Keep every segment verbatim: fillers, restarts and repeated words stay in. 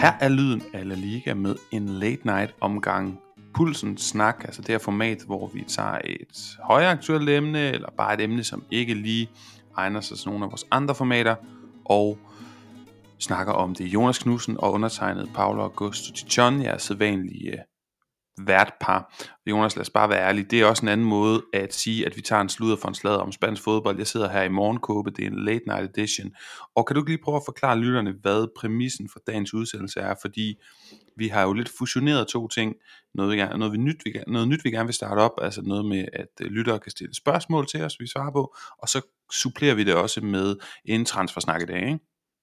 Her er lyden af La Liga med en late night omgang Pulsen Snak, altså det her format, hvor vi tager et højaktuelt emne, eller bare et emne, som ikke lige egner sig til nogle af vores andre formater, og snakker om det. Jonas Knudsen og undertegnet Paolo Augusto Ciccone, jeres sædvanlige værtpar. Jonas, lad os bare være ærlige, det er også en anden måde at sige, at vi tager en sludder for en sladder om spansk fodbold. Jeg sidder her i morgenkåbe, det er en late night edition, og kan du ikke lige prøve at forklare lytterne, hvad præmissen for dagens udsendelse er, fordi vi har jo lidt fusioneret to ting, noget, vi gerne, noget, vi nyt, vi, noget nyt vi gerne vil starte op, altså noget med, at lyttere kan stille spørgsmål til os, vi svarer på, og så supplerer vi det også med en transfersnak i dag, ikke?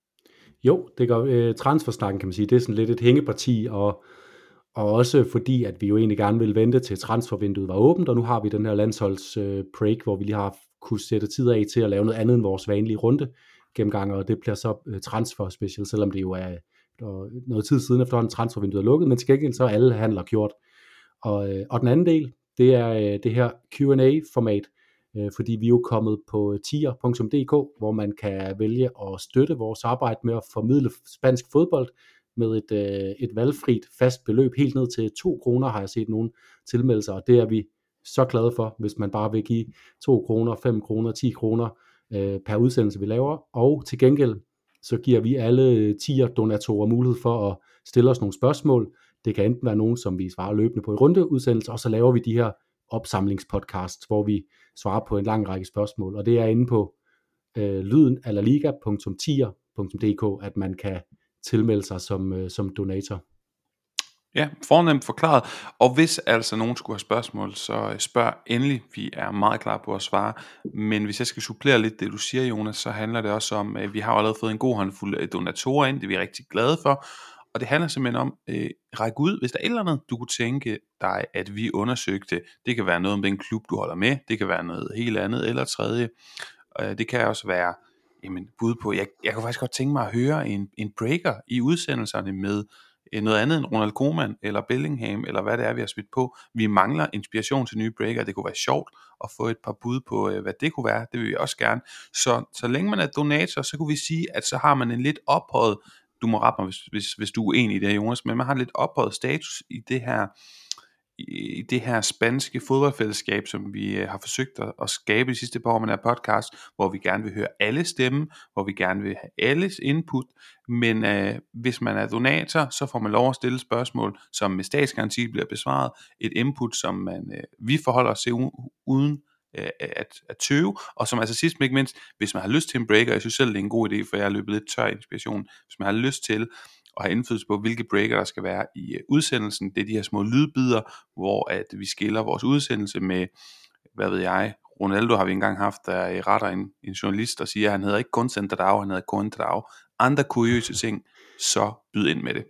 Jo, det gør øh, transfersnakken, kan man sige, det er sådan lidt et hængeparti, og Og også fordi, at vi jo egentlig gerne vil vente til transfervinduet var åbent, og nu har vi den her landsholds øh, break, hvor vi lige har kunne sætte tid af til at lave noget andet end vores vanlige runde gennemgang, og det bliver så øh, transfer special, selvom det jo er øh, noget tid siden efterhånden transfervinduet er lukket, men til gengæld så er alle handler gjort. Og, øh, og den anden del, det er øh, det her Q and A-format, øh, fordi vi er jo kommet på tier punktum d k, hvor man kan vælge at støtte vores arbejde med at formidle spansk fodbold, med et, øh, et valgfrit fast beløb, helt ned til to kroner har jeg set nogle tilmeldelser, og det er vi så glade for, hvis man bare vil give to kroner, fem kroner, ti kroner øh, per udsendelse vi laver, og til gengæld så giver vi alle tier donatorer mulighed for at stille os nogle spørgsmål. Det kan enten være nogen, som vi svarer løbende på i rundeudsendelser, og så laver vi de her opsamlingspodcasts, hvor vi svarer på en lang række spørgsmål, og det er inde på øh, lyden af laliga punktum tier punktum d k, at man kan tilmelde sig som, øh, som donator. Ja, fornemt forklaret. Og hvis altså nogen skulle have spørgsmål, så spørg endelig. Vi er meget klar på at svare. Men hvis jeg skal supplere lidt det, du siger, Jonas, så handler det også om, at vi har allerede fået en god håndfuld af donatorer ind. Det er vi rigtig glade for. Og det handler simpelthen om, øh, række ud, hvis der er et eller andet, du kunne tænke dig, at vi undersøgte. Det kan være noget om den klub, du holder med. Det kan være noget helt andet eller tredje. Øh, det kan også være jamen, bud på, jeg, jeg kunne faktisk godt tænke mig at høre en, en breaker i udsendelserne med noget andet end Ronald Koeman eller Bellingham, eller hvad det er, vi har smidt på. Vi mangler inspiration til nye breaker. Det kunne være sjovt at få et par bud på, hvad det kunne være. Det vil vi også gerne. Så, så længe man er donator, så kunne vi sige, at så har man en lidt ophøjet, du må rette mig, hvis, hvis, hvis du er enig i det her, Jonas, men man har en lidt ophøjet status i det her, i det her spanske fodboldfællesskab, som vi har forsøgt at skabe de sidste par år med den her podcast, hvor vi gerne vil høre alle stemme, hvor vi gerne vil have alles input, men øh, hvis man er donator, så får man lov at stille spørgsmål, som med statsgaranti bliver besvaret, et input, som man, øh, vi forholder os til uden øh, at, at tøve, og som altså sidst men ikke mindst, hvis man har lyst til en breaker, jeg synes selv det er en god idé, for jeg har løbet lidt tør inspiration, hvis man har lyst til og have indflydelse på, hvilke breaker der skal være i udsendelsen. Det er de her små lydbider, hvor at vi skiller vores udsendelse med, hvad ved jeg, Ronaldo har vi engang haft, der retter en, en journalist og siger, at han hedder ikke kun Centerdag, han hedder Coentrao. Andre kuriøse ting, så byd ind med det.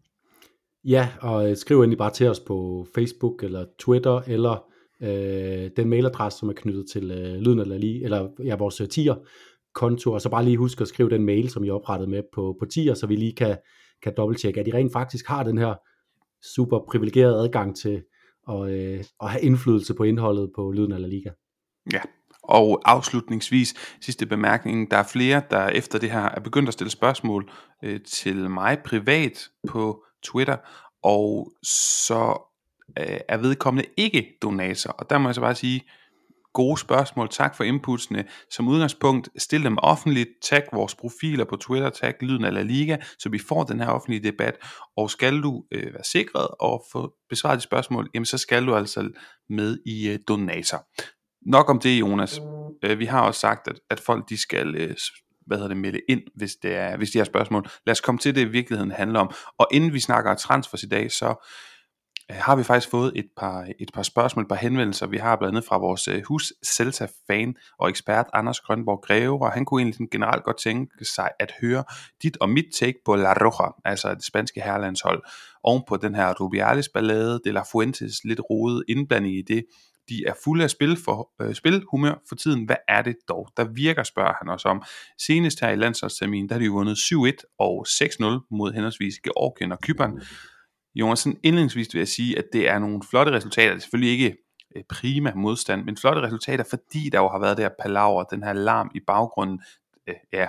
Ja, og skriv endelig bare til os på Facebook eller Twitter, eller øh, den mailadresse, som er knyttet til øh, lyden eller lige, eller ja, vores tier konto, og så bare lige husk at skrive den mail, som I oprettet med på, på tier, så vi lige kan, kan dobbelttjekke, at I rent faktisk har den her super privilegerede adgang til at, øh, at have indflydelse på indholdet på Lyden af La Liga. Ja, og afslutningsvis, sidste bemærkning, der er flere, der efter det her er begyndt at stille spørgsmål øh, til mig privat på Twitter, og så øh, er vedkommende ikke donator, og der må jeg så bare sige, gode spørgsmål, tak for inputsene. Som udgangspunkt, stil dem offentligt, tag vores profiler på Twitter, tag Lyden af La Liga, så vi får den her offentlige debat, og skal du øh, være sikret og få besvaret de spørgsmål, jamen så skal du altså med i øh, donator. Nok om det, Jonas. Øh, vi har også sagt, at, at folk de skal øh, hvad hedder det, melde ind, hvis, det er, hvis de har spørgsmål. Lad os komme til det, i virkeligheden handler om. Og inden vi snakker transfers i dag, så har vi faktisk fået et par, et par spørgsmål, et par henvendelser. Vi har blandt andet fra vores uh, hus Celta-fan og ekspert Anders Grønborg Greve, og han kunne egentlig generelt godt tænke sig at høre dit og mit take på La Roja, altså det spanske herrelandshold, oven på den her Rubiales-ballade, de la Fuentes lidt rodede indblanding i det. De er fulde af spil for, øh, spilhumør for tiden. Hvad er det dog, der virker, spørger han også om. Senest her i landsholdsterminen, der har de jo vundet syv et og seks nul mod henholdsvis Georgien og Cypern. Jonas, indledningsvis vil jeg sige, at det er nogle flotte resultater. Det er selvfølgelig ikke prima modstand, men flotte resultater, fordi der jo har været det her palaver, den her larm i baggrunden, øh, ja,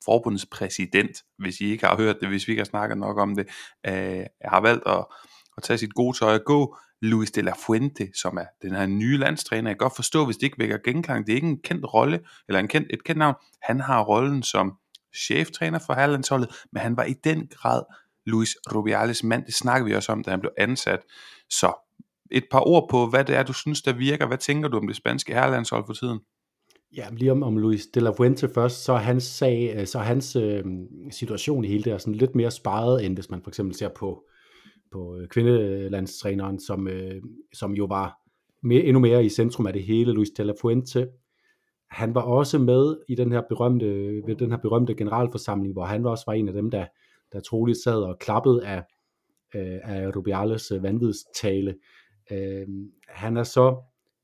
forbundets præsident, hvis I ikke har hørt det, hvis vi ikke har snakket nok om det, øh, har valgt at, at tage sit gode tøj og gå. Luis de la Fuente, som er den her nye landstræner, jeg kan godt forstå, hvis det ikke vækker genklang, det er ikke en kendt rolle, eller en kendt, et kendt navn, han har rollen som cheftræner for herrelandsholdet, men han var i den grad Luis Rubiales mand, det snakker vi også om, da han blev ansat. Så et par ord på, hvad det er, du synes, der virker. Hvad tænker du om det spanske herrelandshold for tiden? Ja, lige om, om Luis de la Fuente først, så er hans, sag, så er hans øh, situation i hele det er sådan lidt mere sparet, end hvis man for eksempel ser på, på kvindelandstræneren, som, øh, som jo var mere, endnu mere i centrum af det hele. Luis de la Fuente, han var også med i den her berømte, ved den her berømte generalforsamling, hvor han også var en af dem, der, der troligt sad og klappede af, øh, af Rubiales vanvidstale. Øh, han er så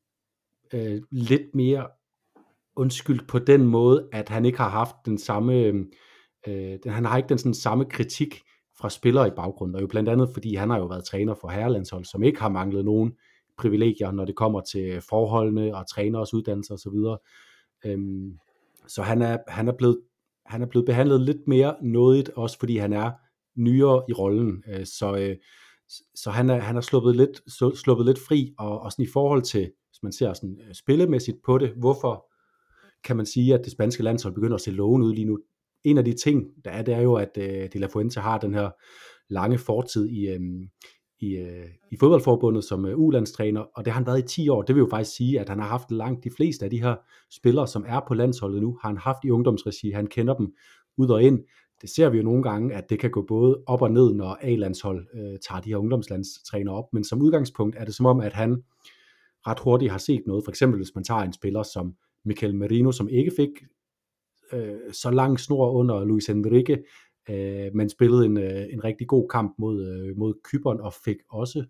øh, lidt mere undskyldt på den måde, at han ikke har haft den samme, øh, han har ikke den sådan samme kritik fra spillere i baggrunden, og jo blandt andet, fordi han har jo været træner for herrelandshold, som ikke har manglet nogen privilegier, når det kommer til forholdene og træners uddannelse osv. Øhm, så han er, han, er blevet, han er blevet behandlet lidt mere nådigt, også fordi han er nyere i rollen, øh, så, øh, så han er, han er sluppet lidt, sluppet lidt fri, og, og sådan i forhold til, hvis man ser sådan spillemæssigt på det, hvorfor kan man sige, at det spanske landshold begynder at se lovende ud lige nu. En af de ting, der er, det er jo, at uh, de la Fuente har den her lange fortid i, um, i, uh, i fodboldforbundet som uh, U-landstræner, og det har han været i ti år. Det vil jo faktisk sige, at han har haft langt de fleste af de her spillere, som er på landsholdet nu, har han haft i ungdomsregi. Han kender dem ud og ind. Det ser vi jo nogle gange, at det kan gå både op og ned, når A-landshold uh, tager de her ungdomslandstræner op, men som udgangspunkt er det som om, at han ret hurtigt har set noget. For eksempel hvis man tager en spiller som Mikel Merino, som ikke fik øh, så lang snor under Luis Enrique, øh, men spillede en, øh, en rigtig god kamp mod, øh, mod Cypern, og fik også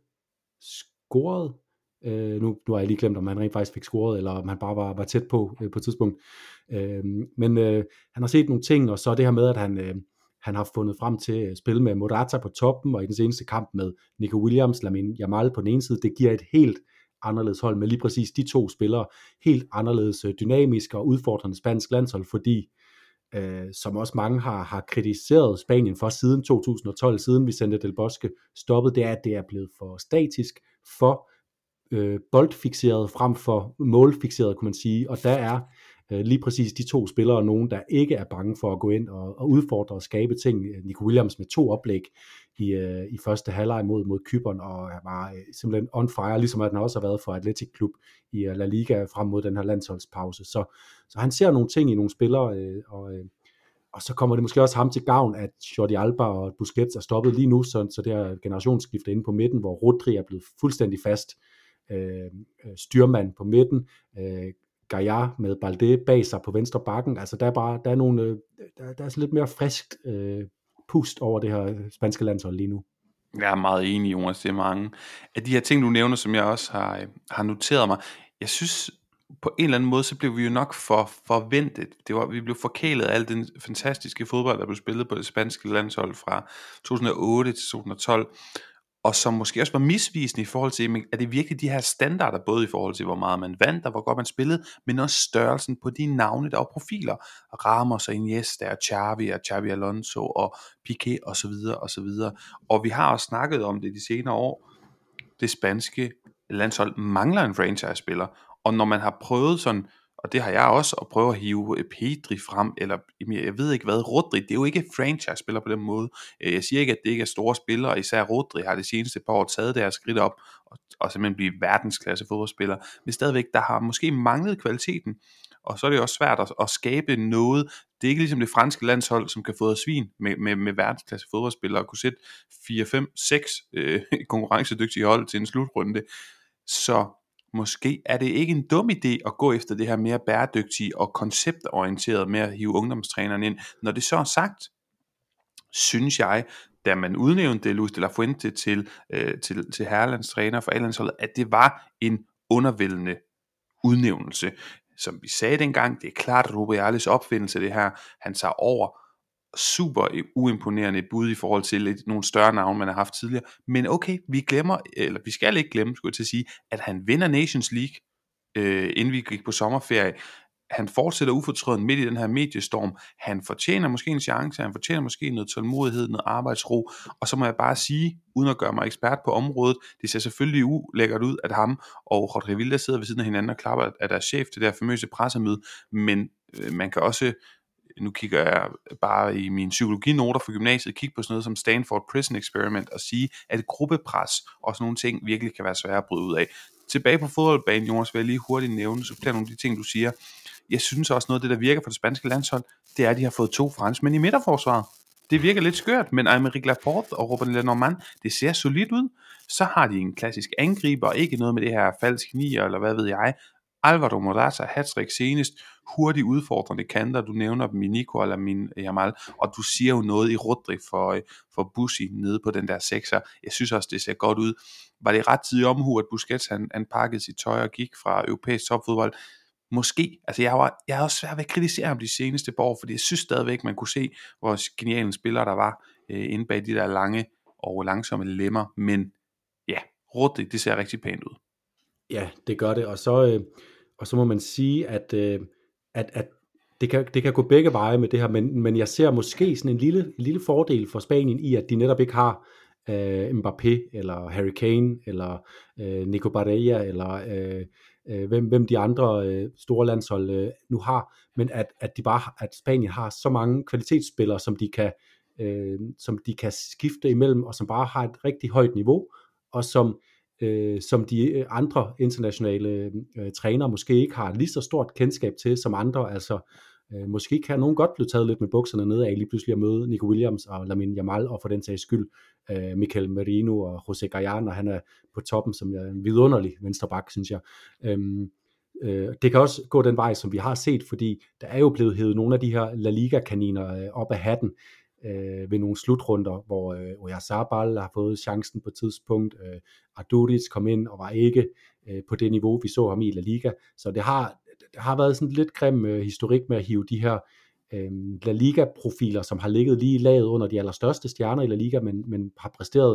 scoret. Øh, nu, nu har jeg lige glemt, om han rent faktisk fik scoret, eller om han bare var, var tæt på øh, på et tidspunkt. Øh, men øh, han har set nogle ting, og så det her med, at han, øh, han har fundet frem til at spille med Morata på toppen, og i den seneste kamp med Nico Williams, Lamine Yamal på den ene side, det giver et helt anderledes hold med lige præcis de to spillere, helt anderledes dynamisk og udfordrende spansk landshold, fordi øh, som også mange har, har kritiseret Spanien for siden to tusind og tolv, siden Vicente del Bosque stoppede, det er, at det er blevet for statisk, for øh, boldfixeret frem for målfixeret, kunne man sige, og der er øh, lige præcis de to spillere, nogen der ikke er bange for at gå ind og, og udfordre og skabe ting. Nico Williams med to oplæg i, øh, i første halvleg mod, mod Cypern, og var øh, simpelthen on fire, ligesom at han også har været for Athletic Club i øh, La Liga frem mod den her landsholdspause. Så, så han ser nogle ting i nogle spillere, øh, og, øh, og så kommer det måske også ham til gavn, at Jordi Alba og Busquets er stoppet lige nu, så, så det her generationsskifte inde på midten, hvor Rodri er blevet fuldstændig fast øh, styrmand på midten, øh, Gaia med Balde bag sig på venstre bakken. Altså der er bare der er nogle øh, der, der er så lidt mere friskt øh, pust over det her spanske landshold lige nu. Jeg er meget enig, Jonas. Det er mange af de her ting, du nævner, som jeg også har, har noteret mig. Jeg synes, på en eller anden måde, så blev vi jo nok for forventet. Det var, vi blev forkælet af al den fantastiske fodbold, der blev spillet på det spanske landshold fra to tusind og otte til to tusind og tolv. Og som måske også var misvisende i forhold til, er det virkelig de her standarder, både i forhold til, hvor meget man vandt, og hvor godt man spillede, men også størrelsen på de navne, der var profiler. Ramos og Iniesta, og Xavi, og Xavi Alonso, og Piqué, og så videre, og så videre. Og vi har også snakket om det de senere år. Det spanske landshold mangler en franchise-spiller, og når man har prøvet sådan, og det har jeg også, at prøve at hive Pedri frem, eller jeg ved ikke hvad, Rodri, det er jo ikke franchise-spiller på den måde. Jeg siger ikke, at det ikke er store spillere, især Rodri har det seneste par år taget deres skridt op, og, og simpelthen blive verdensklasse fodboldspiller, men stadigvæk, der har måske manglet kvaliteten, og så er det jo også svært at, at skabe noget. Det er ikke ligesom det franske landshold, som kan få svin med, med, med verdensklasse fodboldspillere, og kunne sætte fire, fem, seks øh, konkurrencedygtige hold til en slutrunde. Så måske er det ikke en dum idé at gå efter det her mere bæredygtige og konceptorienterede med at hive ungdomstræneren ind. Når det så er sagt, synes jeg, da man udnævnte Luis de la Fuente til, øh, til, til herrelandstræner for A-landsholdet, at det var en undervældende udnævnelse. Som vi sagde dengang, det er klart Rubiales opfindelse det her. Han tager over, super uimponerende bud i forhold til lidt, nogle større navne, man har haft tidligere. Men okay, vi glemmer, eller vi skal ikke glemme, skulle jeg til at sige, at han vinder Nations League, øh, inden vi gik på sommerferie. han fortsætter ufortrødent midt i den her mediestorm. Han fortjener måske en chance, han fortjener måske noget tålmodighed, noget arbejdsro, og så må jeg bare sige, uden at gøre mig ekspert på området, det ser selvfølgelig ulækkert ud, at ham og Jorge Vilda sidder ved siden af hinanden og klapper af deres chef til det her famøse pressemøde, men øh, man kan også, nu kigger jeg bare i mine psykologinoter for gymnasiet, kigge på sådan noget som Stanford Prison Experiment og sige, at gruppepres og sådan nogle ting virkelig kan være svære at bryde ud af. Tilbage på fodboldbanen, Jonas, vil jeg lige hurtigt nævne, så flere nogle af de ting, du siger. Jeg synes også noget af det, der virker for det spanske landshold, det er, at de har fået to franskmænd i midterforsvaret. Det virker lidt skørt, men Aymeric Laporte og Robin Lenormand, det ser solidt ud. Så har de en klassisk angriber, og ikke noget med det her falsk nier, eller hvad ved jeg. Alvaro Morata, hattrick senest, hurtigt udfordrende kanter, du nævner dem i Nico eller min Jamal, og du siger jo noget i Rodri for, for Bussi nede på den der sekser. Jeg synes også, det ser godt ud. Var det ret tid omhu, at Busquets han, han pakkede sit tøj og gik fra europæisk topfodbold? Måske. Altså jeg var, jeg har også svært ved at kritisere ham de seneste par år, fordi jeg synes stadigvæk, man kunne se, hvor geniale spillere der var øh, inde bag de der lange og langsomme lemmer. Men ja, Rodri, det ser rigtig pænt ud. Ja, det gør det, og så, øh, og så må man sige, at, øh, at, at det, kan, det kan gå begge veje med det her, men, men jeg ser måske sådan en lille, en lille fordel for Spanien i, at de netop ikke har øh, Mbappé, eller Harry Kane, eller øh, Nico Barella, eller øh, øh, hvem, hvem de andre øh, store landshold øh, nu har, men at, at, de bare, at Spanien har så mange kvalitetsspillere, som de kan, øh, som de kan skifte imellem, og som bare har et rigtig højt niveau, og som Øh, som de andre internationale øh, trænere måske ikke har lige så stort kendskab til som andre. Altså øh, måske kan nogen godt blive taget lidt med bukserne ned af lige pludselig at møde Nico Williams og Lamine Yamal, og for den sags skyld øh, Mikel Merino og José Gallán, og han er på toppen som en vidunderlig venstreback, synes jeg. Øhm, øh, det kan også gå den vej, som vi har set, fordi der er jo blevet hævet nogle af de her La Liga-kaniner øh, op af hatten øh, ved nogle slutrunder, hvor øh, Oyarzabal har fået chancen på et tidspunkt, øh, Aduriz kom ind og var ikke øh, på det niveau, vi så ham i La Liga, så det har, det har været sådan lidt grim øh, historik med at hive de her øh, La Liga-profiler, som har ligget lige laget under de allerstørste stjerner i La Liga, men, men har præsteret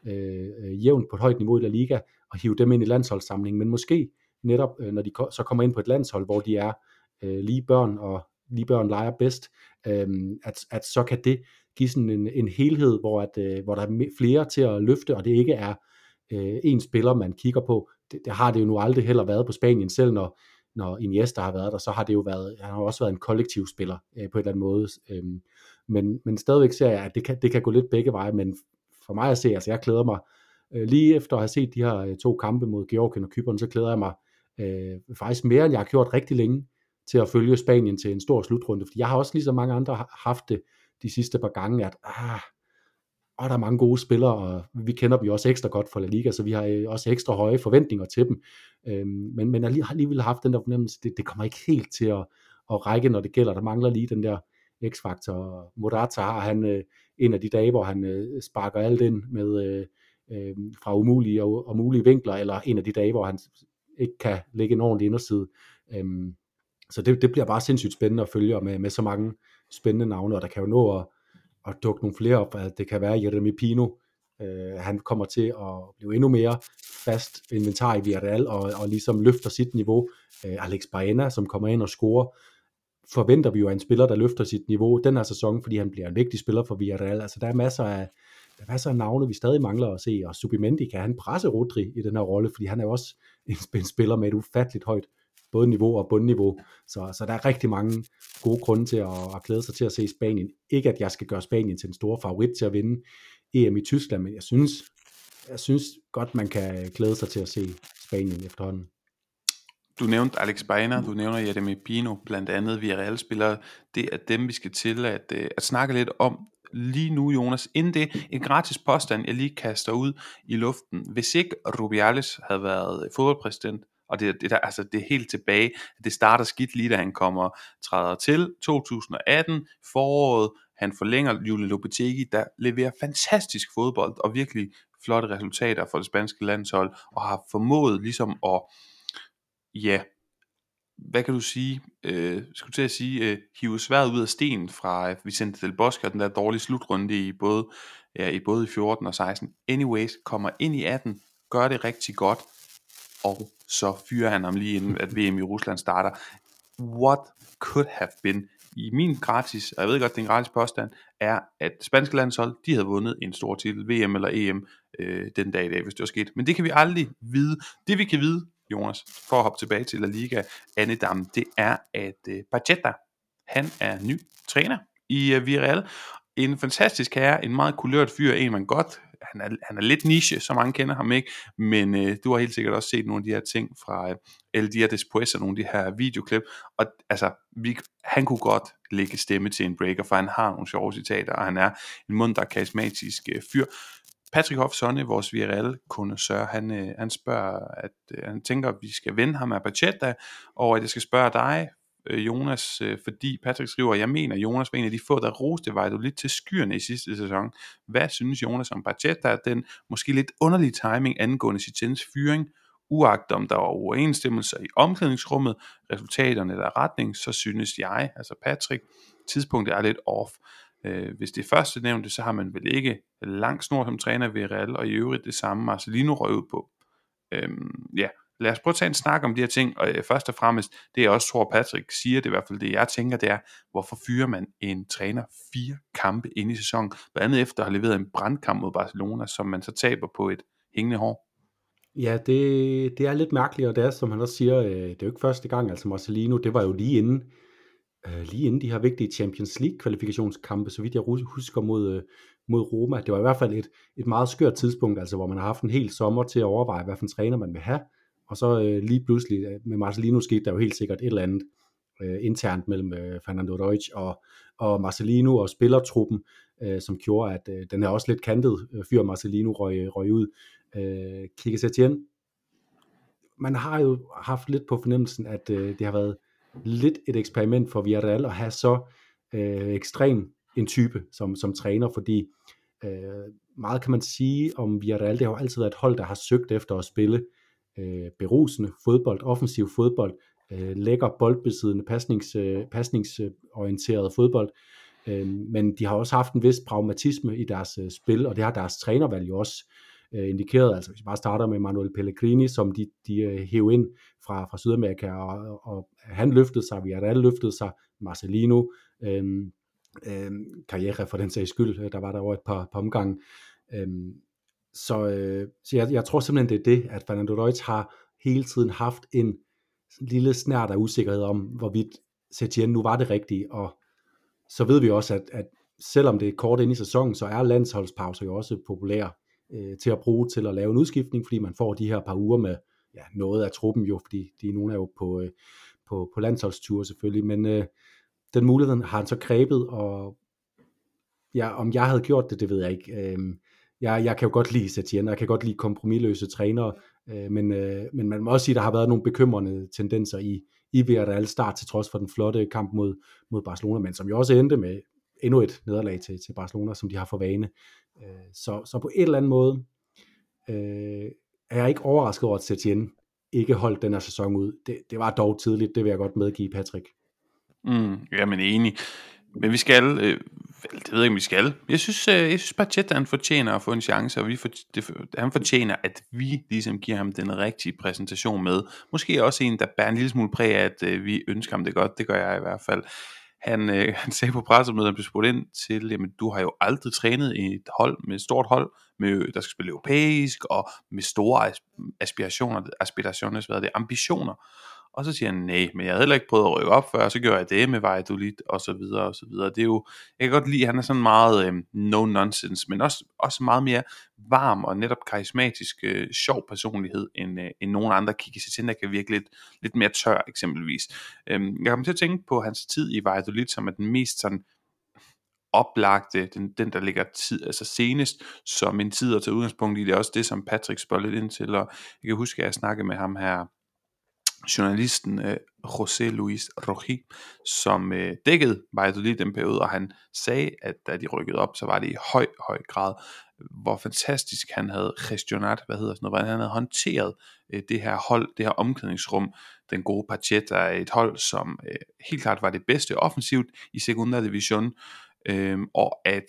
øh, jævnt på et højt niveau i La Liga, og hive dem ind i landsholdssamlingen, men måske netop, øh, når de ko- så kommer ind på et landshold, hvor de er øh, lige børn og lige børn leger bedst, øhm, at, at så kan det give sådan en, en helhed, hvor, at, øh, hvor der er flere til at løfte, og det ikke er øh, en spiller, man kigger på. Det, det har det jo nu aldrig heller været på Spanien, selv når, når Iniesta har været der, så har det jo været, han har også været en kollektiv spiller øh, på en eller anden måde. Øhm, men, men stadigvæk ser jeg, at det kan, det kan gå lidt begge veje, men for mig at se, altså jeg glæder mig, øh, lige efter at have set de her øh, to kampe mod Georgien og Cypern, så glæder jeg mig øh, faktisk mere, end jeg har gjort rigtig længe, til at følge Spanien til en stor slutrunde, fordi jeg har også lige så mange andre haft det de sidste par gange, at ah, åh, der er mange gode spillere, og vi kender dem jo også ekstra godt for La Liga, så vi har også ekstra høje forventninger til dem, øhm, men, men jeg har alligevel haft den der fornemmelse, det, det kommer ikke helt til at, at række, når det gælder, der mangler lige den der x-faktor. Morata har han øh, en af de dage, hvor han øh, sparker alt ind med øh, øh, fra umulige og, og mulige vinkler, eller en af de dage, hvor han ikke kan lægge en ordentlig inderside. øhm, Så det, det bliver bare sindssygt spændende at følge med, med så mange spændende navne, og der kan jo nå at, at dukke nogle flere op. Det kan være Jeremy Pino, øh, han kommer til at blive endnu mere fast inventar i Villarreal, og, og ligesom løfter sit niveau. Øh, Alex Baena, som kommer ind og scorer, forventer vi jo af en spiller, der løfter sit niveau den her sæson, fordi han bliver en vigtig spiller for Villarreal. Altså der er masser af, der er masser af navne, vi stadig mangler at se, og Subimendi, kan han presse Rodri i den her rolle, fordi han er også en spiller med et ufatteligt højt både niveau og bundniveau, så, så der er rigtig mange gode grunde til at, at glæde sig til at se Spanien. Ikke at jeg skal gøre Spanien til en stor favorit til at vinde E M i Tyskland, men jeg synes, jeg synes godt, man kan glæde sig til at se Spanien efterhånden. Du nævnte Alex Baena, du nævner Jeremy Pino, blandt andet Villarreal-spillere. Det er dem, vi skal til at, at snakke lidt om lige nu, Jonas. Inden det, en gratis påstand, jeg lige kaster ud i luften. Hvis ikke Rubiales havde været fodboldpræsident, og det, det, der, altså det er helt tilbage, det starter skidt lige da han kommer, træder til to tusind og atten, foråret, han forlænger Julio Lopetegui, der leverer fantastisk fodbold, og virkelig flotte resultater for det spanske landshold, og har formået ligesom at, ja, hvad kan du sige, øh, skulle til at sige, øh, hive sværet ud af sten fra øh, Vicente del Bosque, og den der dårlige slutrunde i både, ja, i både fjorten og seksten, anyways, kommer ind i atten, gør det rigtig godt, og så fyrer han ham lige inden, at V M i Rusland starter. what could have been. I min gratis, og jeg ved godt, det er en gratis påstand, er, at spanske landshold, de havde vundet en stor titel, V M eller E M, øh, den dag i dag, hvis det var sket. Men det kan vi aldrig vide. Det vi kan vide, Jonas, for at hoppe tilbage til La Liga, Annedam, det er, at øh, Pacheta, han er ny træner i øh, Villarreal. En fantastisk herre, en meget kulørt fyr, en man godt, han er, han er lidt niche, så mange kender ham ikke, men øh, du har helt sikkert også set nogle af de her ting fra øh, El Dia Después, og nogle af de her videoklip, og altså, vi, han kunne godt lægge stemme til en breaker, for han har nogle sjove citater, og han er en munter, karismatisk øh, fyr. Patrick Hoff Sonne, vores Villarreal-kondensør, han, øh, han spørger, at øh, han tænker, at vi skal vende ham af Pacheta, og at jeg skal spørge dig, Jonas, fordi Patrick skriver, jeg mener, Jonas var en af de få, der roste Valladolid til skyerne i sidste sæson. Hvad synes Jonas om Pacheta? Den måske lidt underlige timing angående Setiéns fyring, uagtet om der var uoverensstemmelser i omklædningsrummet, resultaterne eller retning, så synes jeg, altså Patrick, tidspunktet er lidt off. Hvis det er første nævnte, så har man vel ikke lang snor som træner ved Real, og i øvrigt det samme Marcelino røg ud på. Øhm, ja, lad os prøve at tage en snak om de her ting, og øh, først og fremmest, det jeg også tror Patrick siger, det er i hvert fald det jeg tænker, det er, hvorfor fyrer man en træner fire kampe ind i sæsonen, blandt andet efter at have leveret en brandkamp mod Barcelona, som man så taber på et hængende hår. Ja, det, det er lidt mærkeligt, og det er, som han også siger, øh, det er jo ikke første gang, altså Marcelino, det var jo lige inden, øh, lige inden de her vigtige Champions League kvalifikationskampe, så vidt jeg husker mod, øh, mod Roma. Det var i hvert fald et, et meget skørt tidspunkt, altså hvor man har haft en hel sommer til at overveje, hvad for en træner man vil have, og så øh, lige pludselig med Marcelino skete der jo helt sikkert et eller andet øh, internt mellem øh, Fernando Roig og, og Marcelino og spillertruppen, øh, som gjorde, at øh, den er også lidt kantet øh, fyr Marcelino røg, røg ud. Øh, Quique Setién, man har jo haft lidt på fornemmelsen, at øh, det har været lidt et eksperiment for Villarreal at have så øh, ekstrem en type som, som træner, fordi øh, meget kan man sige om Villarreal, det har jo altid været et hold, der har søgt efter at spille øh, berusende fodbold, offensiv fodbold, øh, lækker boldbesiddende, pasnings, øh, pasningsorienteret fodbold, øh, men de har også haft en vis pragmatisme i deres øh, spil, og det har deres trænervalg jo også øh, indikeret. Altså hvis vi bare starter med Manuel Pellegrini, som de, de øh, hæv ind fra, fra Sydamerika, og, og han løftede sig, Villarreal løftede sig, Marcelino, øh, øh, karriere for den sags skyld, der var der over et par, par omgange. Øh, så øh, så jeg, jeg tror simpelthen, det er det, at Fernando Roig har hele tiden haft en lille snært af usikkerhed om, hvorvidt Setién nu var det rigtige, og så ved vi også, at, at selvom det er kort ind i sæsonen, så er landsholdspauser jo også populære øh, til at bruge til at lave en udskiftning, fordi man får de her par uger med ja, noget af truppen jo, fordi de nogle er jo på, øh, på, på landsholdsture selvfølgelig, men øh, den mulighed har han så grebet, og ja, om jeg havde gjort det, det ved jeg ikke. Øh, jeg, jeg kan jo godt lide Setién, jeg kan godt lide kompromisløse trænere, øh, men, øh, men man må også sige, at der har været nogle bekymrende tendenser i, i Villarreal start, til trods for den flotte kamp mod, mod Barcelona, men som jo også endte med endnu et nederlag til, til Barcelona, som de har for vane. Øh, så, så på et eller andet måde øh, er jeg ikke overrasket over, at Setién ikke holdt den her sæson ud. Det, det var dog tidligt, det vil jeg godt medgive Patrick. Mm, jamen enig. Men vi skal, øh, det ved jeg ikke, om vi skal. Jeg synes, øh, jeg synes Pacheta, han fortjener at få en chance, og vi for, det, han fortjener, at vi ligesom giver ham den rigtige præsentation med. Måske også en, der bærer en lille smule præg af, at øh, vi ønsker ham det godt. Det gør jeg i hvert fald. Han, øh, han sagde på pressemødet, han blev spurgt ind til, jamen du har jo aldrig trænet i et hold med et stort hold, med, der skal spille europæisk, og med store aspirationer, aspirationer, hvad er det, ambitioner. Og så siger han, nej, men jeg havde heller ikke prøvet at rykke op før, så gjorde jeg det med Valladolid, og så videre, og så videre. Det er jo, jeg kan godt lide, at han er sådan meget øh, no-nonsense, men også, også meget mere varm og netop karismatisk, øh, sjov personlighed, end, øh, end nogen andre. Quique Setién, der kan virke lidt, lidt mere tør, eksempelvis. Øhm, jeg kommer til at tænke på hans tid i Valladolid, som er den mest sådan oplagte, den, den der ligger tid, altså senest, som en tid at tage udgangspunkt i. Det er også det, som Patrick spørger lidt ind til, og jeg kan huske, at jeg snakkede med ham her, journalisten øh, José Luis Rojí, som øh, dækkede Valladolid den periode, og han sagde, at da de rykkede op, så var det i høj, høj grad, hvor fantastisk han havde gestionat, hvad hedder sådan noget, hvordan han havde håndteret øh, det her hold, det her omklædningsrum, den gode Pacheta er et hold, som øh, helt klart var det bedste offensivt i Segunda Division, øh, og at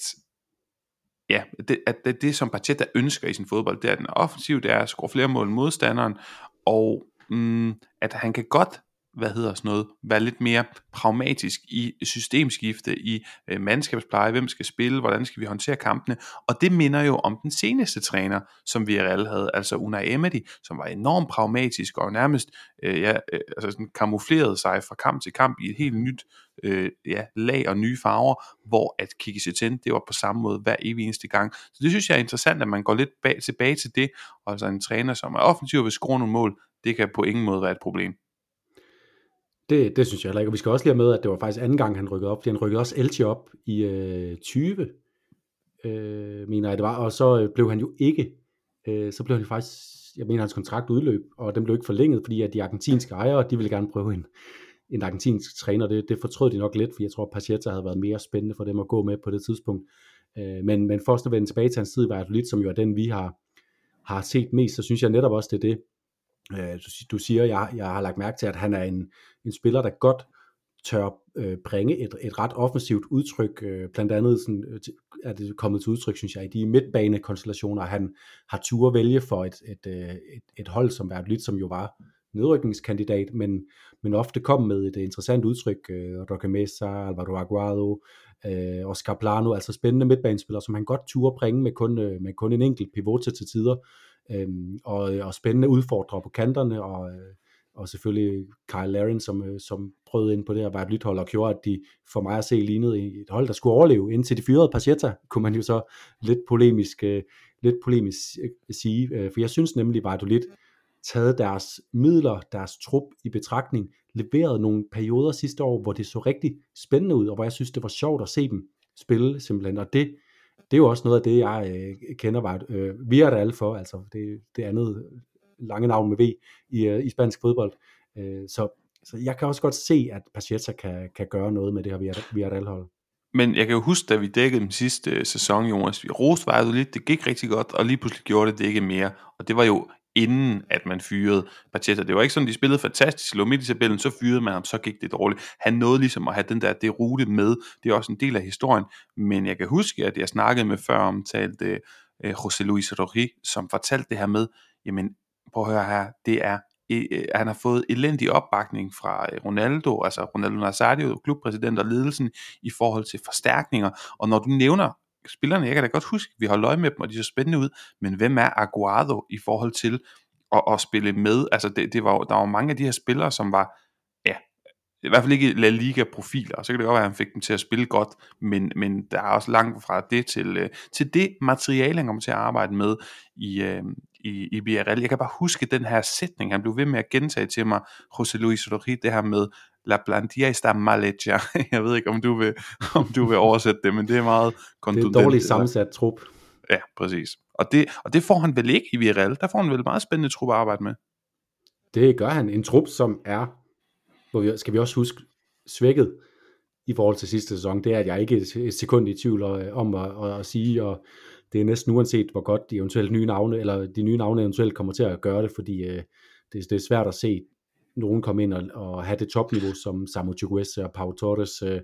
ja, det, at det, det som Pacheta ønsker i sin fodbold, det er, at den er offensiv, det er at score flere mål end modstanderen, og Mm, at han kan godt hvad hedder sådan noget, være lidt mere pragmatisk i systemskifte, i øh, mandskabspleje, hvem skal spille, hvordan skal vi håndtere kampene, og det minder jo om den seneste træner, som Villarreal havde, altså Unai Emery, som var enormt pragmatisk og nærmest øh, ja, øh, altså sådan kamuflerede sig fra kamp til kamp i et helt nyt øh, ja, lag og nye farver, hvor at Quique Setién, det var på samme måde hver evig eneste gang. Så det synes jeg er interessant, at man går lidt bag, tilbage til det, og altså en træner, som er offensiv og vil score nogle mål, det kan på ingen måde være et problem. Det, det synes jeg heller ikke, og vi skal også lige have med, at det var faktisk anden gang, han rykkede op, fordi han rykkede også Elche op i øh, tyve, øh, mener jeg det var, og så øh, blev han jo ikke, øh, så blev han faktisk, jeg mener hans kontrakt udløb, og den blev ikke forlænget, fordi at de argentinske ejere, de ville gerne prøve en, en argentinsk træner, det, det fortrød de nok lidt, for jeg tror, Pacheta havde været mere spændende for dem at gå med på det tidspunkt, øh, men, men først at vende tilbage til hans tid, var Valladolid, som jo er den, vi har, har set mest, så synes jeg netop også, det er det, øh, du, du siger, jeg, jeg har lagt mærke til, at han er en, en spiller, der godt tør øh, bringe et, et ret offensivt udtryk, øh, blandt andet sådan, øh, er det kommet til udtryk, synes jeg, i de midtbanekonstellationer, han har tur vælge for et, et, øh, et, et hold som Valladolid, som jo var nedrykningskandidat, men, men ofte kom med et interessant udtryk, øh, Roque Mesa, Alvaro Aguado, øh, Oscar Plano, altså spændende midtbanespillere, som han godt turde bringe med kun, øh, med kun en enkelt pivot til tider, øh, og, og spændende udfordrere på kanterne, og øh, og selvfølgelig Kyle Larin, som, som prøvede ind på det her Valladolid-hold, og gjorde, at de for mig at se lignede et hold, der skulle overleve, indtil de fyrede Pacheta, kunne man jo så lidt polemisk, lidt polemisk sige, for jeg synes nemlig, Valladolid taget deres midler, deres trup i betragtning, leverede nogle perioder sidste år, hvor det så rigtig spændende ud, og hvor jeg synes, det var sjovt at se dem spille simpelthen, og det, det er jo også noget af det, jeg øh, kender var, øh, Villarreal for, altså det, det andet lange navn med V i, i spansk fodbold. Så, så jeg kan også godt se, at Pacheta kan, kan gøre noget med det her Villarreal-hold. Men jeg kan jo huske, da vi dækkede den sidste sæson, Jonas, vi roste Valladolid, det gik rigtig godt, og lige pludselig gjorde det det ikke mere. Og det var jo inden, at man fyrede Pacheta. Det var ikke sådan, de spillede fantastisk, lå midt i tabellen, så fyrede man ham, så gik det dårligt. Han nåede ligesom at have den der, det rute med, det er også en del af historien. Men jeg kan huske, at jeg snakkede med før omtalt uh, José Luis Rojí, som fortalte det her med, jamen, prøv at høre her, det er, øh, han har fået elendig opbakning fra Ronaldo, altså Ronaldo Nazario, klubpræsident og ledelsen, i forhold til forstærkninger, og når du nævner spillerne, jeg kan da godt huske, vi har løg med dem, og de er så spændende ud, men hvem er Aguado i forhold til at, at spille med, altså det, det var, der var mange af de her spillere, som var, ja, i hvert fald ikke La Liga-profiler, så kan det godt være, at han fik dem til at spille godt, men, men der er også langt fra det til, til det materiale, han kommer til at arbejde med i, i, i Villarreal. Jeg kan bare huske den her sætning, han blev ved med at gentage til mig, José Luis Rojí, det her med, La plantilla está mal hecha. Jeg ved ikke, om du vil, om du vil oversætte det, men det er meget kontundent. Det er dårligt sammensat trup. Ja, præcis. Og det, og det får han vel ikke i Villarreal. Der får han vel meget spændende trup at arbejde med. Det gør han. En trup, som er, hvor vi, skal vi også huske, svækket i forhold til sidste sæson. Det er, at jeg ikke er et sekund i tvivl om at, at, at sige, og det er næsten uanset, hvor godt de eventuelt nye navne, eller de nye navne eventuelt kommer til at gøre det, fordi øh, det, det er svært at se nogen komme ind og, og have det topniveau, som Samu Chukwueze og Pau Torres, øh,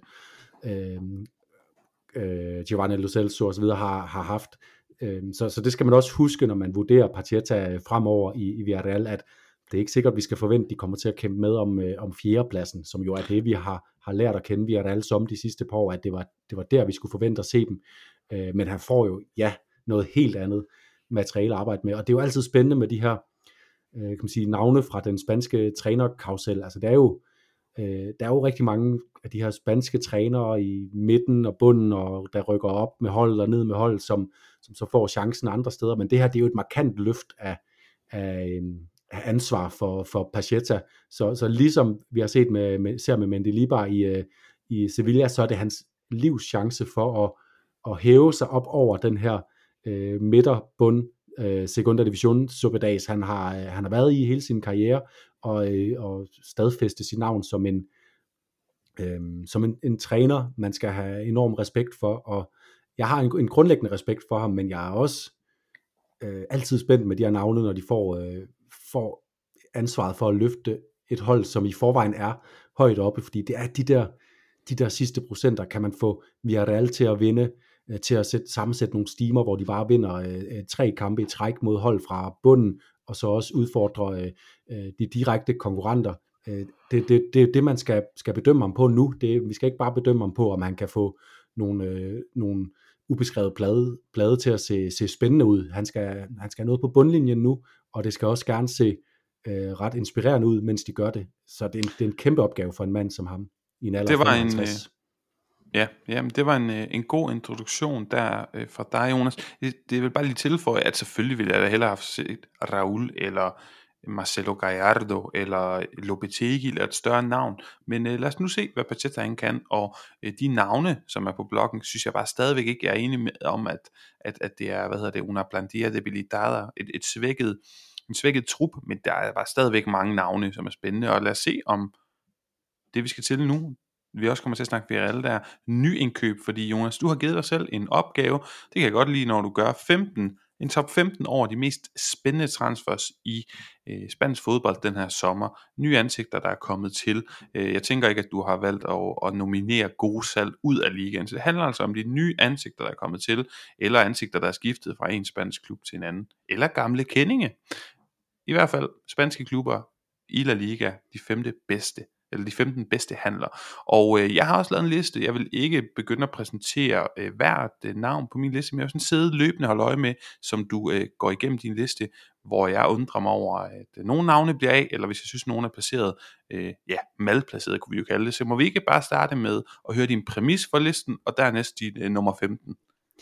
øh, Giovanni Lo Celso og så videre har, har haft. Øh, så, så det skal man også huske, når man vurderer Pacheta fremover i, i Villarreal, at det er ikke sikkert, at vi skal forvente, at de kommer til at kæmpe med om, øh, om fjerdepladsen, som jo er det, vi har, har lært at kende Villarreal som de sidste par år, at det var, det var der, vi skulle forvente at se dem. Øh, men han får jo, ja, noget helt andet materiale at arbejde med, og det er jo altid spændende med de her øh, kan man sige, navne fra den spanske trænerkarusel. Altså, der er jo øh, der er jo rigtig mange af de her spanske trænere i midten og bunden, og der rykker op med hold og ned med hold, som, som så får chancen andre steder, men det her, det er jo et markant løft af, af, af ansvar for, for Pacheta, så, så ligesom vi har set med, med, ser med Mendilibar i, i Sevilla, så er det hans livs chance for at, at hæve sig op over den her øh, midterbund øh, Segunda Division suppedags, han har, han har været i hele sin karriere, og, øh, og stadfæste sit navn som en øh, som en, en træner, man skal have enorm respekt for, og jeg har en, en grundlæggende respekt for ham, men jeg er også øh, altid spændt med de her navne, når de får, øh, får ansvaret for at løfte et hold, som i forvejen er højt oppe, fordi det er de der, de der sidste procenter, kan man få Villarreal til at vinde, øh, til at sætte, sammensætte nogle stimer, hvor de bare vinder øh, tre kampe i træk mod hold fra bunden, og så også udfordre øh, de direkte konkurrenter Øh, det, det, det, det man skal, skal bedømme ham på nu, det, vi skal ikke bare bedømme ham på, om han kan få nogle, øh, nogle ubeskrevet blade, blade til at se, se spændende ud. Han skal, han skal have noget på bundlinjen nu, og det skal også gerne se øh, ret inspirerende ud, mens de gør det. Så det er, en, det er en kæmpe opgave for en mand som ham, i en alder af femoghalvtreds. En, Ja, jamen det var en, en god introduktion der øh, fra dig, Jonas. Det, det vil bare lige tilføje, at selvfølgelig ville jeg da hellere have set Raul eller Marcelo Gallardo eller Lopetegui eller et større navn. Men øh, lad os nu se, hvad Pacheta han kan. Og øh, de navne, som er på bloggen, synes jeg bare stadigvæk ikke, jeg er enig med, om, at, at, at det er, hvad hedder det, una plantilla debilitada, et, et svækket, en svækket trup. Men der er bare stadigvæk mange navne, som er spændende. Og lad os se, om det vi skal til nu, vi også kommer til at snakke Villarreal, der nyindkøb, fordi Jonas, du har givet dig selv en opgave. Det kan jeg godt lide, når du gør femten, en top femten over de mest spændende transfers i øh, spansk fodbold den her sommer. Nye ansigter, der er kommet til. Øh, jeg tænker ikke, at du har valgt at, at nominere gode salg ud af ligaen. Så det handler altså om de nye ansigter, der er kommet til, eller ansigter, der er skiftet fra en spansk klub til en anden, eller gamle kendinge. I hvert fald spanske klubber i La Liga, de femte bedste. eller de femten bedste handler. Og øh, jeg har også lavet en liste. Jeg vil ikke begynde at præsentere øh, hvert øh, navn på min liste, men jeg vil sådan sidde løbende og holde øje med, som du øh, går igennem din liste, hvor jeg undrer mig over, at øh, nogle navne bliver af, eller hvis jeg synes, nogen er placeret, øh, ja, malplaceret kunne vi jo kalde det. Så må vi ikke bare starte med at høre din præmis for listen, og dernæst din øh, nummer femten.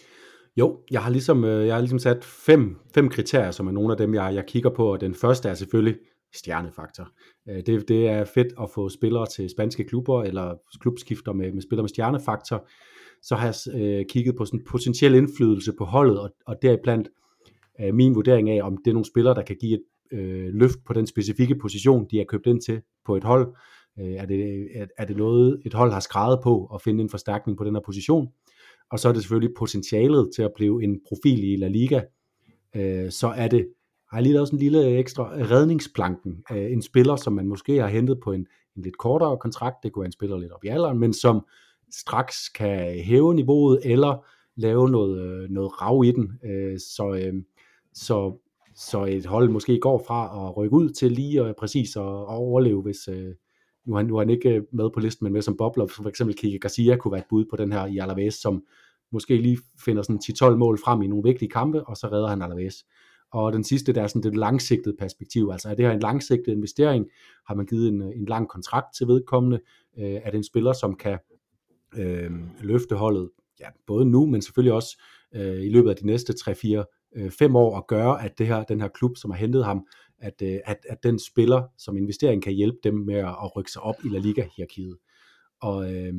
Jo, jeg har ligesom, øh, jeg har ligesom sat fem, fem kriterier, som er nogle af dem, jeg, jeg kigger på, og den første er selvfølgelig stjernefaktor. Det, det er fedt at få spillere til spanske klubber, eller klubskifter med, med spillere med stjernefaktor. Så har jeg øh, kigget på sådan potentiel indflydelse på holdet, og, og deriblandt øh, min vurdering af, om det er nogle spillere, der kan give et øh, løft på den specifikke position, de er købt ind til på et hold. Øh, er, det, er, er det noget, et hold har skrevet på at finde en forstærkning på den her position? Og så er det selvfølgelig potentialet til at blive en profil i La Liga. Øh, så er det Jeg har lige lavet sådan en lille ekstra redningsplanken af en spiller, som man måske har hentet på en, en lidt kortere kontrakt. Det kunne være en spiller lidt op i alderen, men som straks kan hæve niveauet eller lave noget, noget rav i den. Så, så, så et hold måske går fra at rykke ud til lige og præcis at overleve, hvis nu er han, nu er han ikke med på listen, men med som bobler. For eksempel Kike Garcia kunne være et bud på den her i Alaves, som måske lige finder sådan ti tolv mål frem i nogle vigtige kampe, og så redder han Alaves. Og den sidste, der er sådan det langsigtede perspektiv, altså er det her en langsigtet investering, har man givet en, en lang kontrakt til vedkommende, øh, er det en spiller, som kan øh, løfte holdet, ja, både nu, men selvfølgelig også øh, i løbet af de næste tre fire fem år, og gøre, at det her, den her klub, som har hentet ham, at, øh, at, at den spiller som investering kan hjælpe dem med at, at rykke sig op i La Liga-hierarkiet. Og øh,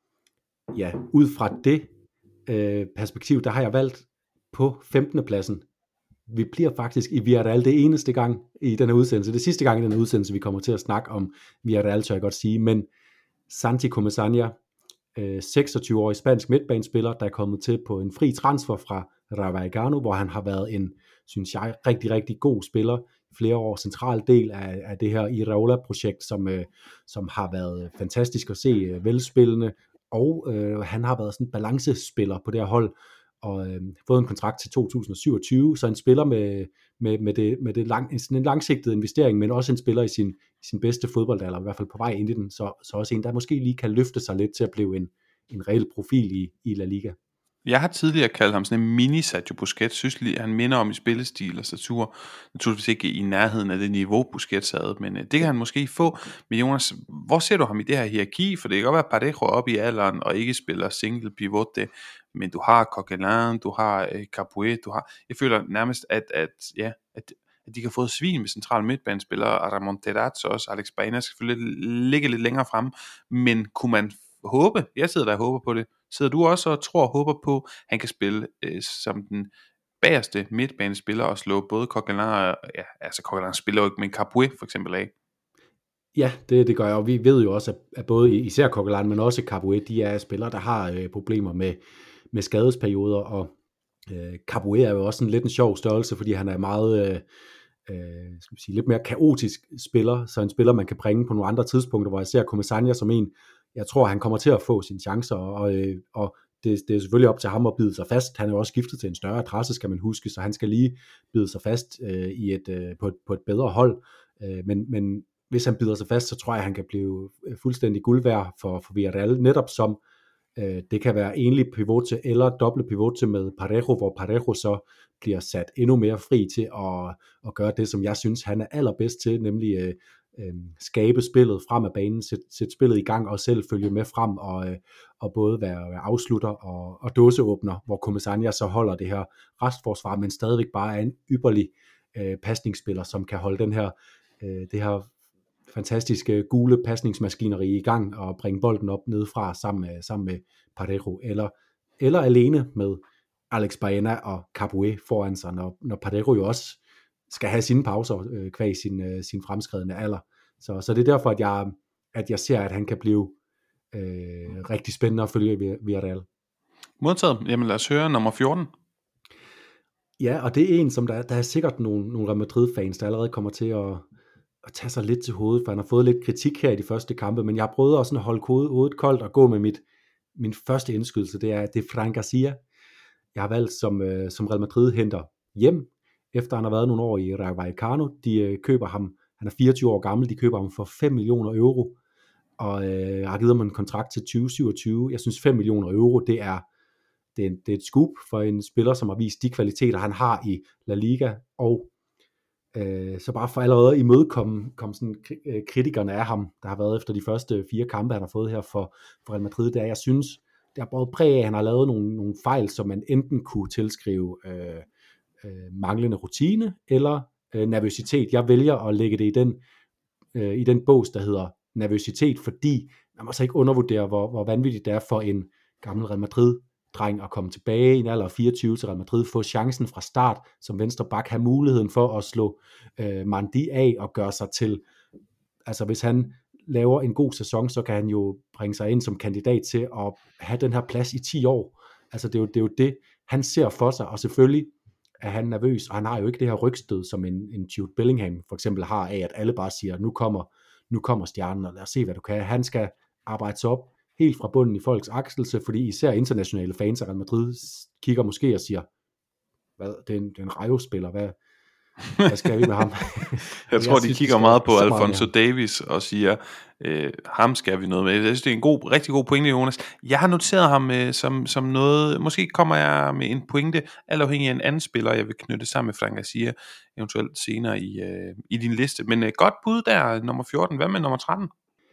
ja, ud fra det øh, perspektiv, der har jeg valgt på femtende pladsen. Vi bliver faktisk i Villarreal det eneste gang i den her udsendelse. Det sidste gang i den her udsendelse, vi kommer til at snakke om Villarreal, tør jeg godt sige. Men Santi Comesaña, øh, seksogtyve-årig spansk midtbanespiller, der er kommet til på en fri transfer fra Rayo Vallecano, hvor han har været en, synes jeg, rigtig, rigtig god spiller. Flere år central del af, af det her Iraola-projekt, som, øh, som har været fantastisk at se, øh, velspillende. Og øh, han har været sådan en balancespiller på det her hold, og øh, fået en kontrakt til to tusind syvogtyve, så en spiller med, med, med, det, med det lang, sådan en langsigtet investering, men også en spiller i sin, i sin bedste fodboldalder, i hvert fald på vej ind i den, så, så også en, der måske lige kan løfte sig lidt til at blive en, en reel profil i, i La Liga. Jeg har tidligere kaldt ham sådan en mini Sergio Busquets, synes lige, han minder om i spillestil og statur, naturligvis ikke i nærheden af det niveau Busquets havde, men det kan han måske få. Men Jonas, hvor ser du ham i det her hierarki? For det kan godt være Parejo op i alderen og ikke spiller single pivote, men du har Coquelin, du har eh, Capoue, du har, jeg føler nærmest, at, at, ja, at, at de kan få svin med centrale midtbanespillere, og Ramon Terraz også, Alex Baena skal selvfølgelig ligge lidt længere frem, men kunne man håbe, jeg sidder der og håber på det, sidder du også og tror og håber på, at han kan spille øh, som den bagerste midtbanespiller og slå både Coquelin og, ja, altså Coquelin spiller jo ikke, men Capoue for eksempel af? Ja, det, det gør jeg, og vi ved jo også, at, at både især Coquelin, men også Capoue, de er spillere, der har øh, problemer med, med skadesperioder, og øh, Capoue er jo også en lidt en sjov størrelse, fordi han er meget, øh, øh, skal vi sige, lidt mere kaotisk spiller, så en spiller, man kan bringe på nogle andre tidspunkter, hvor jeg ser Comesaña som en, jeg tror, han kommer til at få sine chancer, og, øh, og det, det er selvfølgelig op til ham at bide sig fast. Han er jo også skiftet til en større adresse, skal man huske, så han skal lige bide sig fast øh, i et, øh, på, et, på et bedre hold. Øh, men, men, hvis han bider sig fast, så tror jeg, at han kan blive fuldstændig guld værd for, for Villarreal, netop som øh, det kan være enlig pivote eller doble pivote med Parejo, hvor Parejo så bliver sat endnu mere fri til at, at gøre det, som jeg synes, han er allerbedst til, nemlig øh, øh, skabe spillet frem af banen, sætte sæt spillet i gang og selv følge med frem og, øh, og både være, være afslutter og, og dåseåbner, hvor Comesaña så holder det her restforsvar, men stadigvæk bare er en ypperlig øh, pasningsspiller, som kan holde den her, øh, det her fantastiske gule pasningsmaskineri i gang og bringe bolden op nedefra sammen med, sammen med Parejo, eller, eller alene med Alex Baena og Capoue foran sig, når, når Parejo jo også skal have sine pauser øh, kvæg sin, øh, sin fremskredende alder. Så, så det er derfor, at jeg, at jeg ser, at han kan blive øh, rigtig spændende at følge i Villarreal. Modtaget. Jamen lad os høre nummer fjorten. Ja, og det er en, som der, der er sikkert nogle, nogle Real Madrid-fans, der allerede kommer til at, at tage sig lidt til hovedet, for han har fået lidt kritik her i de første kampe, men jeg har prøvet også at holde hovedet koldt og gå med mit, min første indskydelse, det er, det er Fran Garcia. Jeg har valgt, som, øh, som Real Madrid henter hjem, efter han har været nogle år i Rayo Vallecano. De øh, køber ham, han er fireogtyve år gammel, de køber ham for fem millioner euro, og øh, har givet ham en kontrakt til tyve syvogtyve. Jeg synes fem millioner euro, det er, det, er, det er et scoop for en spiller, som har vist de kvaliteter, han har i La Liga, og øh, så bare for allerede imødekomme kom sådan, øh, kritikerne af ham, der har været efter de første fire kampe, han har fået her for, for Real Madrid, det er, jeg synes, det har både præg af, at han har lavet nogle, nogle fejl, som man enten kunne tilskrive øh, øh, manglende rutine, eller øh, nervøsitet. Jeg vælger at lægge det i den, øh, i den bås, der hedder nervøsitet, fordi man må så ikke undervurdere, hvor, hvor vanvittigt det er for en gammel Real Madrid-dreng at komme tilbage i en alder af fireogtyve til Real Madrid, få chancen fra start som venstre bak, have muligheden for at slå øh, Mandi af og gøre sig til, altså hvis han laver en god sæson, så kan han jo bringe sig ind som kandidat til at have den her plads i ti år. Altså det er jo det, er jo det han ser for sig, og selvfølgelig er han nervøs, og han har jo ikke det her rygstød, som en, en Jude Bellingham for eksempel har af, at alle bare siger, nu kommer, nu kommer stjernen, og lad os se, hvad du kan. Han skal arbejde sig op helt fra bunden i folks akselse, fordi især internationale fans af Real Madrid kigger måske og siger, hvad, det er en, det er en Rayo-spiller, hvad, hvad skal vi med ham? Jeg tror, jeg de synes, kigger meget på Alfonso Davies og siger, øh, ham skal vi noget med. Jeg synes, det er en god, rigtig god pointe, Jonas. Jeg har noteret ham øh, som, som noget, måske kommer jeg med en pointe, alt afhængig af en anden spiller, jeg vil knytte sammen med Fran Garcia, eventuelt senere i, øh, i din liste. Men øh, godt bud der, nummer fjorten. Hvad med nummer tretten?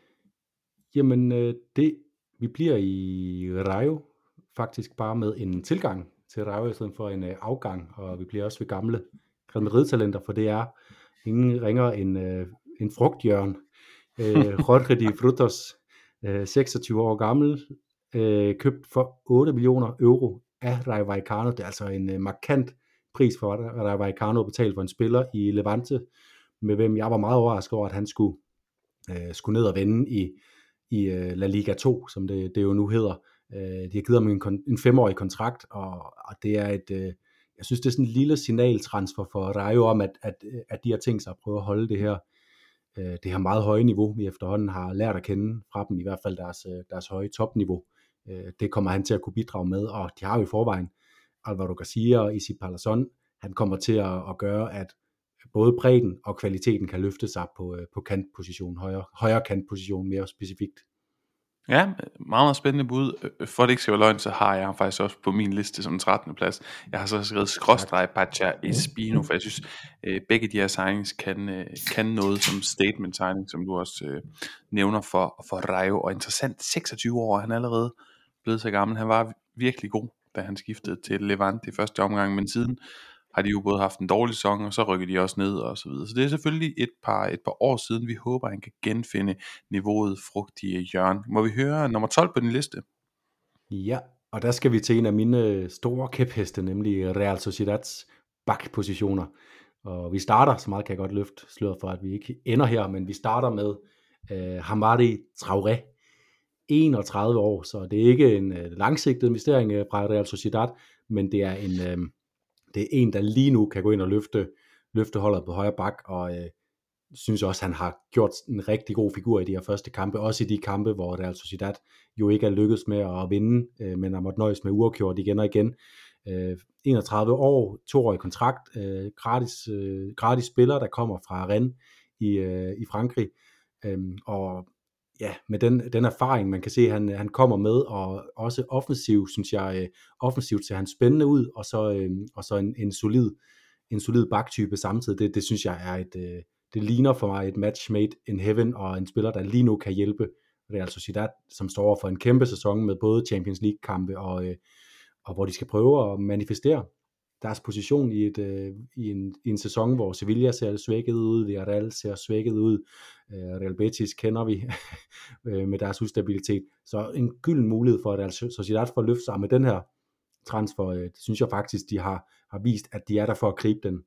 Jamen, øh, det, vi bliver i Rayo, faktisk bare med en tilgang til Rayo, i stedet for en øh, afgang, og vi bliver også ved gamle Real Madrid-talenter, for det er ingen ringer end øh, en frugtjørn. Øh, Jorge de Frutos, øh, seksogtyve år gammel, øh, købt for otte millioner euro af Rayo Vallecano. Det er altså en øh, markant pris for Rayo Vallecano at betale for en spiller i Levante, med hvem jeg var meget overrasket over, at han skulle, øh, skulle ned og vende i, i øh, La Liga to, som det, det jo nu hedder. Øh, de har givet ham en, kon- en femårig kontrakt, og, og det er et... Øh, Jeg synes, det er sådan en lille signaltransfer for Rayo om, at, at, at de har tænkt sig at prøve at holde det her, øh, det her meget høje niveau, vi efterhånden har lært at kende fra dem, i hvert fald deres, deres høje topniveau. Øh, det kommer han til at kunne bidrage med, og de har jo i forvejen Alvaro Garcia og Isi Palazón. Han kommer til at, at gøre, at både bredden og kvaliteten kan løfte sig på, på kantposition, højere, højere kantposition mere specifikt. Ja, meget, meget spændende bud. For det ikke skal være løgn, så har jeg faktisk også på min liste som trettende plads. Jeg har så skrevet skråstreg Pacha Espino, for jeg synes, øh, begge de her signings kan, øh, kan noget som statement signing, som du også øh, nævner for, for Rayo. Og interessant, seksogtyve år, han er allerede blevet så gammel. Han var virkelig god, da han skiftede til Levante i første omgang, men siden har de jo både haft en dårlig sæson, og så rykker de også ned og så videre. Så det er selvfølgelig et par, et par år siden, vi håber, han kan genfinde niveauet frugtige hjørne. Må vi høre nummer tolv på din liste? Ja, og der skal vi til en af mine store kæpheste, nemlig Real Sociedads bakpositioner. Og vi starter, så meget kan jeg godt løfte sløret for, at vi ikke ender her, men vi starter med øh, Hamadi Traoré, enogtredive år, så det er ikke en øh, langsigtet investering øh, fra Real Sociedad, men det er en... Øh, Det er en, der lige nu kan gå ind og løfte, løfte holdet på højre bak, og øh, synes også, han har gjort en rigtig god figur i de her første kampe, også i de kampe, hvor Real Sociedad jo ikke er lykkedes med at vinde, øh, men har måttet nøjes med uafgjort igen og igen. Øh, enogtredive år, toårig kontrakt, øh, gratis, øh, gratis spiller, der kommer fra Rennes i, øh, i Frankrig, Øhm, og ja, med den, den erfaring, man kan se, han, han kommer med, og også offensiv, synes jeg, øh, offensivt ser han spændende ud, og så, øh, og så en, en solid, en solid baktype samtidig. Det, det synes jeg er et, øh, det ligner for mig et match made in heaven, og en spiller, der lige nu kan hjælpe Real Sociedad, som står over for en kæmpe sæson med både Champions League-kampe, og, øh, og hvor de skal prøve at manifestere deres position i, et, øh, i, en, i en sæson, hvor Sevilla ser svækket ud, Villarreal ser svækket ud, øh, Real Betis kender vi øh, med deres ustabilitet. Så en gylden mulighed for, at Real Sociedad får løfte sig med den her transfer. Øh, det synes jeg faktisk, de har, har vist, at de er der for at gribe den.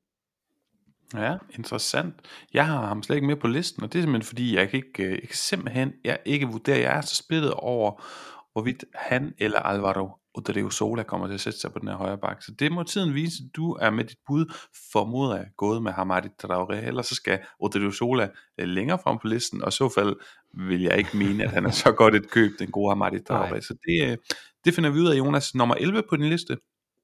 Ja, interessant. Jeg har ham slet ikke med på listen, og det er simpelthen fordi, jeg kan ikke, jeg kan simpelthen jeg ikke vurdere, jeg er så splittet over, hvorvidt han eller Alvaro Odriozola kommer til at sætte sig på den her højre bak. Så det må tiden vise, du er med dit bud, formoder jeg, gået med Hamadi Traoré, ellers så skal Odriozola længere frem på listen, og i så fald vil jeg ikke mene, at han er så godt et køb, den gode Hamadi Traoré. Så det, det finder vi ud af, Jonas. Nummer elleve på din liste.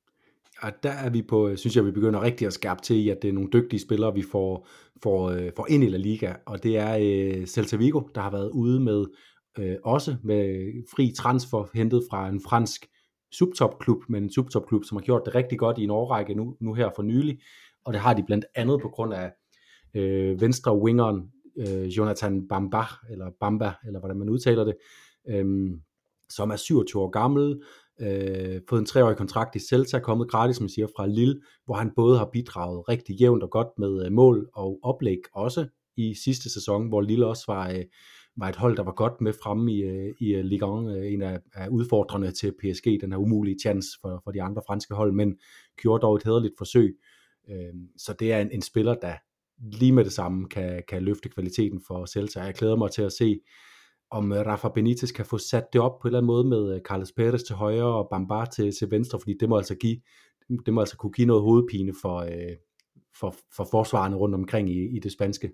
Og der er vi på, synes jeg, vi begynder rigtig at skærpe til i, at det er nogle dygtige spillere, vi får, får, øh, får ind i La Liga, og det er øh, Celta Vigo, der har været ude med, øh, også med fri transfer, hentet fra en fransk subtopklub, men en subtopklub, som har gjort det rigtig godt i en årrække nu, nu her for nylig, og det har de blandt andet på grund af øh, venstre wingeren, øh, Jonathan Bamba, eller Bamba, eller hvordan man udtaler det, øh, som er syvogtyve år gammel, øh, fået en treårig kontrakt i Celta, kommet gratis, som man siger, fra Lille, hvor han både har bidraget rigtig jævnt og godt med øh, mål og oplæg, også i sidste sæson, hvor Lille også var, øh, var et hold, der var godt med fremme i, øh, i uh, Ligue et, øh, en af, af udfordrerne til P S G, den her umulige chance for, for de andre franske hold, men gjorde dog et hæderligt forsøg. Øh, så det er en, en spiller, der lige med det samme kan, kan løfte kvaliteten for Celta. Jeg glæder mig til at se, om Rafa Benitez kan få sat det op på en eller anden måde med Carlos Perez til højre og Bamba til, til venstre, fordi det må altså give, det må altså kunne give noget hovedpine for, øh, for, for forsvarerne rundt omkring i, i det spanske.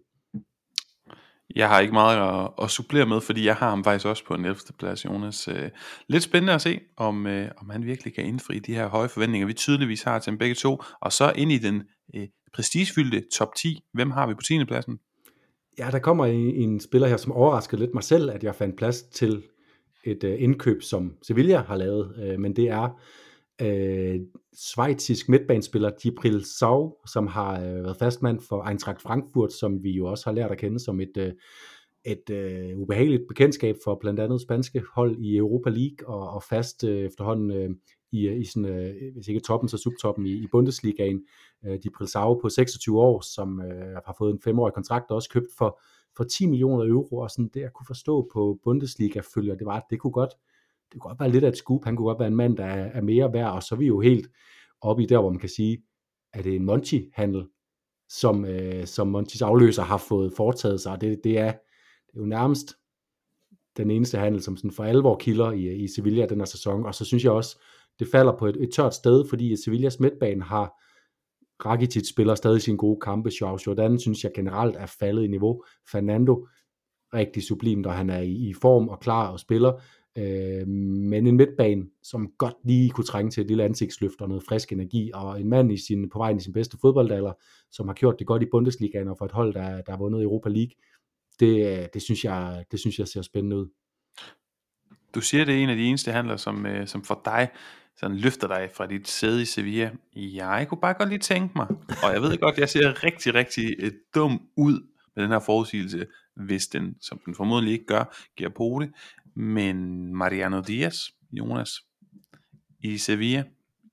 Jeg har ikke meget at, at supplere med, fordi jeg har ham faktisk også på en ellevte plads, Jonas. Øh, lidt spændende at se, om, øh, om han virkelig kan indfri de her høje forventninger, vi tydeligvis har til dem begge to. Og så ind i den øh, prestigefyldte top ti. Hvem har vi på tiende pladsen? Ja, der kommer en, en spiller her, som overraskede lidt mig selv, at jeg fandt plads til et øh, indkøb, som Sevilla har lavet, øh, men det er øh, schweizisk midtbanespiller Djibril Sow, som har øh, været fastmand for Eintracht Frankfurt, som vi jo også har lært at kende som et, øh, et øh, ubehageligt bekendtskab for blandt andet spanske hold i Europa League, og, og fast øh, efterhånden øh, i, i sådan, øh, hvis ikke toppen, så subtoppen i, i Bundesligaen. Øh, Djibril Sow på seksogtyve år, som øh, har fået en femårig kontrakt, og også købt for, for ti millioner euro, og sådan det jeg kunne forstå på Bundesliga-følger, det var, at det kunne godt det kunne godt være lidt af et scoop, han kunne godt være en mand, der er, er mere værd, og så er vi jo helt oppe i der, hvor man kan sige, at det er en Monchi-handel, som, øh, som Monchis afløser har fået foretaget sig, og det, det, er, det er jo nærmest den eneste handel, som sådan for alvor kilder i, i Sevilla den her sæson, og så synes jeg også, det falder på et, et tørt sted, fordi Sevillas midtbane har Rakitic spiller stadig sine gode kampe, Joao Jordan synes jeg generelt er faldet i niveau, Fernando rigtig sublimt, og han er i, i form og klar og spiller, øh, men en midtbane, som godt lige kunne trænge til et lille ansigtsløft og noget frisk energi, og en mand i sin, på vejen i sin bedste fodboldalder, som har gjort det godt i Bundesligaen, og for et hold, der, der har vundet Europa League, det, det, synes jeg, det synes jeg ser spændende ud. Du siger, det er en af de eneste handler, som, øh, som for dig sådan løfter dig fra dit sæde i Sevilla. Jeg kunne bare godt lige tænke mig, og jeg ved godt, jeg ser rigtig, rigtig øh, dum ud med den her forudsigelse, hvis den, som den formodentlig ikke gør, giver på det. Men Mariano Diaz, Jonas, i Sevilla,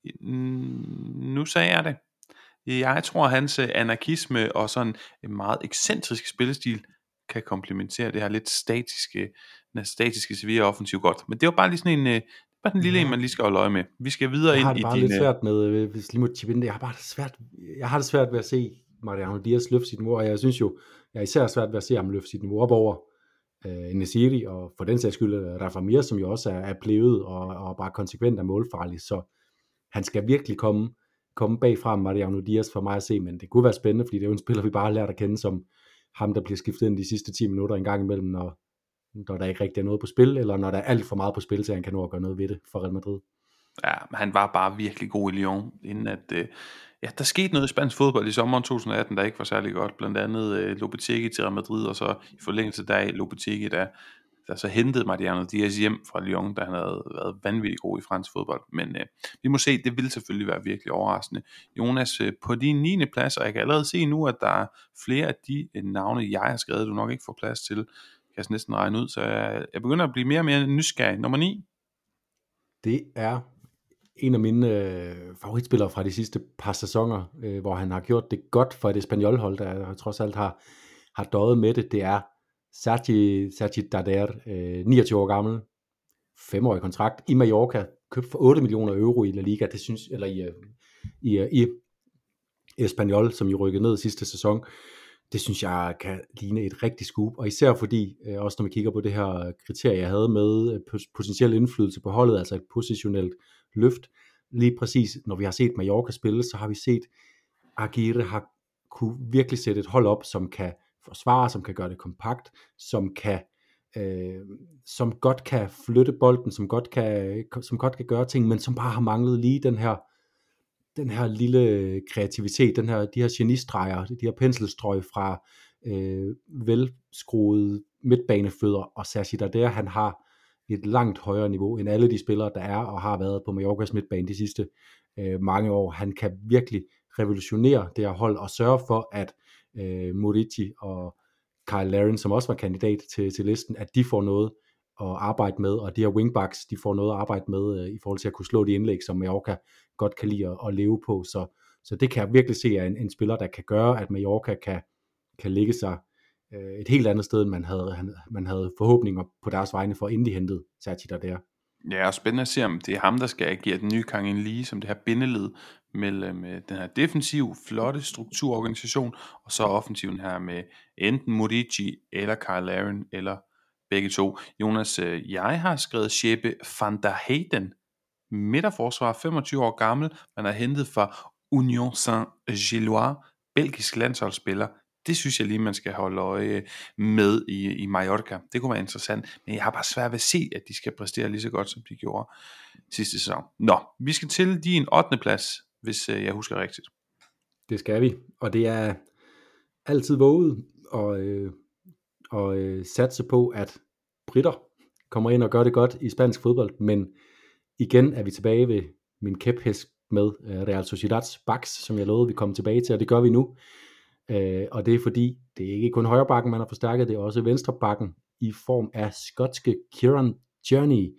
nu sagde jeg det. Jeg tror, hans anarkisme og sådan en meget ekscentrisk spillestil kan komplementere det her lidt statiske, den statiske Sevilla offensiv godt. Men det var bare lige sådan en, uh, bare den lille ja. en, man lige skal holde øje med. Vi skal videre ind i din... Jeg har det bare lidt svært med, hvis lige må chip ind, jeg har bare det svært, jeg har det svært ved at se Mariano Diaz løfte sit niveau, og jeg synes jo, jeg er især svært ved at se ham løfte sit niveau op over uh, Nesiri, og for den sags skyld Rafa Mir, som jo også er, er blevet, og, og bare konsekvent er målfarlig, så han skal virkelig komme, komme bagfra Mariano Diaz for mig at se, men det kunne være spændende, fordi det er jo en spiller, vi bare har lært at kende som ham, der bliver skiftet ind de sidste ti minutter en gang imellem, når, når der ikke rigtig er noget på spil, eller når der er alt for meget på spil, så han kan nå at gøre noget ved det for Real Madrid. Ja, han var bare virkelig god i Lyon, inden at, øh, Ja, der skete noget i spansk fodbold i sommeren to tusind atten, der ikke var særlig godt. Blandt andet øh, Lopetegui til Real Madrid, og så i forlængelse deraf Lopetegui, der, der så hentede Mariano Diaz hjem fra Lyon, da han havde været vanvittigt god i fransk fodbold. Men øh, vi må se, det vil selvfølgelig være virkelig overraskende. Jonas, øh, på din niende plads, og jeg kan allerede se nu, at der er flere af de øh, navne, jeg har skrevet, du nok ikke får plads til, kan jeg næsten regne ud, så jeg, jeg begynder at blive mere og mere nysgerrig. Nummer ni. Det er en af mine øh, favoritspillere fra de sidste par sæsoner, øh, hvor han har gjort det godt for et Espanyol-hold, der trods alt har, har døjet med det. Det er Sergi, Sergi Darder, øh, niogtyve år gammel, femårig kontrakt i Mallorca, købt for otte millioner euro i La Liga, det synes, eller i, i, i, i Espanyol, som I rykkede ned sidste sæson. Det synes jeg kan ligne et rigtigt scoop, og især fordi, øh, også når vi kigger på det her kriterie, jeg havde med øh, potentiel indflydelse på holdet, altså et positionelt løft, lige præcis når vi har set Mallorca spille, så har vi set, Aguirre har kunne virkelig sætte et hold op, som kan forsvare, som kan gøre det kompakt, som kan øh, som godt kan flytte bolden, som godt kan, som godt kan gøre ting, men som bare har manglet lige den her den her lille kreativitet, den her, de her genistreger, de her penselstrøg fra øh, velskruede midtbanefødder, og Sergi Darder, han har et langt højere niveau end alle de spillere, der er og har været på Mallorcas midtbane de sidste øh, mange år. Han kan virkelig revolutionere det her hold og sørge for, at øh, Murici og Kyle Larin, som også var kandidat til, til listen, at de får noget at arbejde med, og de her wingbacks, de får noget at arbejde med øh, i forhold til at kunne slå de indlæg, som Mallorca godt kan lide at, at leve på. Så, så det kan jeg virkelig se er en, en spiller, der kan gøre, at Mallorca kan, kan ligge sig øh, et helt andet sted, end man havde, han, man havde forhåbninger på deres vegne for, inden de hentede Sergi Darder. Ja, og spændende at se, om det er ham, der skal agere den nye Kang In Lee, som det her bindeled mellem øh, den her defensiv, flotte strukturorganisation, og så offensiven her med enten Murici eller Kyle Larin, eller begge to. Jonas, øh, jeg har skrevet Shepe van der Heyden, midterforsvar, femogtyve år gammel, man har hentet fra Union Saint-Gilloise, belgisk landsholdsspiller. Det synes jeg lige, man skal holde øje med i, i Mallorca. Det kunne være interessant, men jeg har bare svært ved at se, at de skal præstere lige så godt, som de gjorde sidste sæson. Nå, vi skal til din ottende plads, hvis jeg husker rigtigt. Det skal vi, og det er altid våget at, øh, at øh, satse på, at britter kommer ind og gør det godt i spansk fodbold, men igen er vi tilbage ved min kæphest med øh, Real Sociedad's backs, som jeg lovede, vi kom tilbage til, og det gør vi nu. Øh, og det er fordi, det er ikke kun højre bakken, man har forstærket, det er også venstre bakken i form af skotske Kieran Tierney,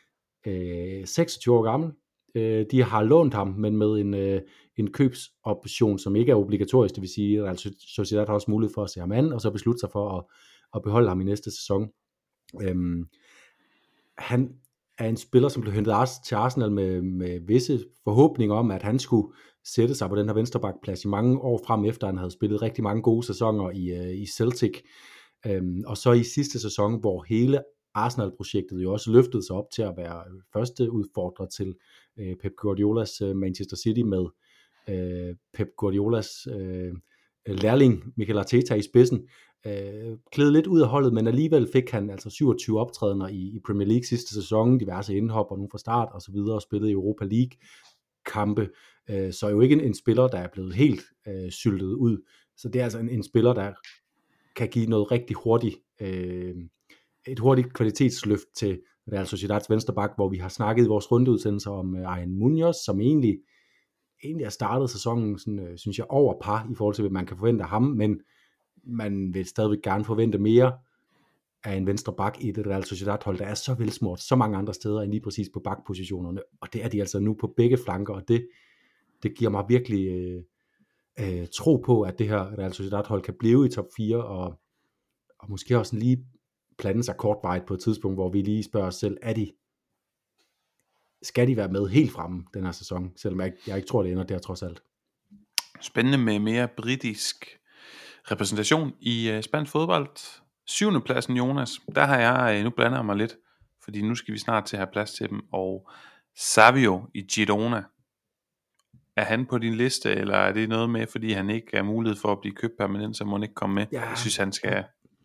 øh, seksogtyve år gammel. Øh, de har lånt ham, men med en, øh, en købsoption, som ikke er obligatorisk, det vil sige, at Real Sociedad har også mulighed for at se ham an, og så beslutte sig for at, at beholde ham i næste sæson. Øh, han er en spiller, som blev hentet til Arsenal med, med visse forhåbninger om, at han skulle sætte sig på den her venstrebackplads i mange år frem efter, han havde spillet rigtig mange gode sæsoner i, uh, i Celtic. Um, og så i sidste sæson, hvor hele Arsenal-projektet jo også løftede sig op til at være første udfordrer til uh, Pep Guardiolas uh, Manchester City med uh, Pep Guardiolas uh, lærling Mikel Arteta i spidsen. Øh, klæde lidt ud af holdet, men alligevel fik han altså syvogtyve optrædener i, i Premier League sidste sæson, diverse indhop og nu fra start og så videre, og spillede i Europa League kampe, øh, så er jo ikke en, en spiller, der er blevet helt øh, syltet ud, så det er altså en, en spiller, der kan give noget rigtig hurtigt, øh, et hurtigt kvalitetsløft til Real Sociedad's venstreback, hvor vi har snakket i vores rundeudsendelser om øh, Ian Munoz, som egentlig, egentlig har startet sæsonen, sådan, øh, synes jeg, over par i forhold til, hvad man kan forvente af ham, men man vil stadigvæk gerne forvente mere af en venstre bak i det Real Sociedad-hold, der er så velsmurt så mange andre steder end lige præcis på bakpositionerne, og det er de altså nu på begge flanker, og det, det giver mig virkelig øh, øh, tro på, at det her Real Sociedad-hold kan blive i top fire, og, og måske også lige plante sig kortvarigt på et tidspunkt, hvor vi lige spørger os selv, er de, skal de være med helt fremme den her sæson, selvom jeg, jeg ikke tror, det ender der trods alt. Spændende med mere britisk repræsentation i uh, spansk fodbold. Syvende pladsen, Jonas, der har jeg, uh, nu blander jeg mig lidt, fordi nu skal vi snart til at have plads til dem, og Savio i Girona, er han på din liste, eller er det noget med, fordi han ikke er mulighed for at blive købt permanent, så må han ikke komme med? Ja. Jeg synes, han skal...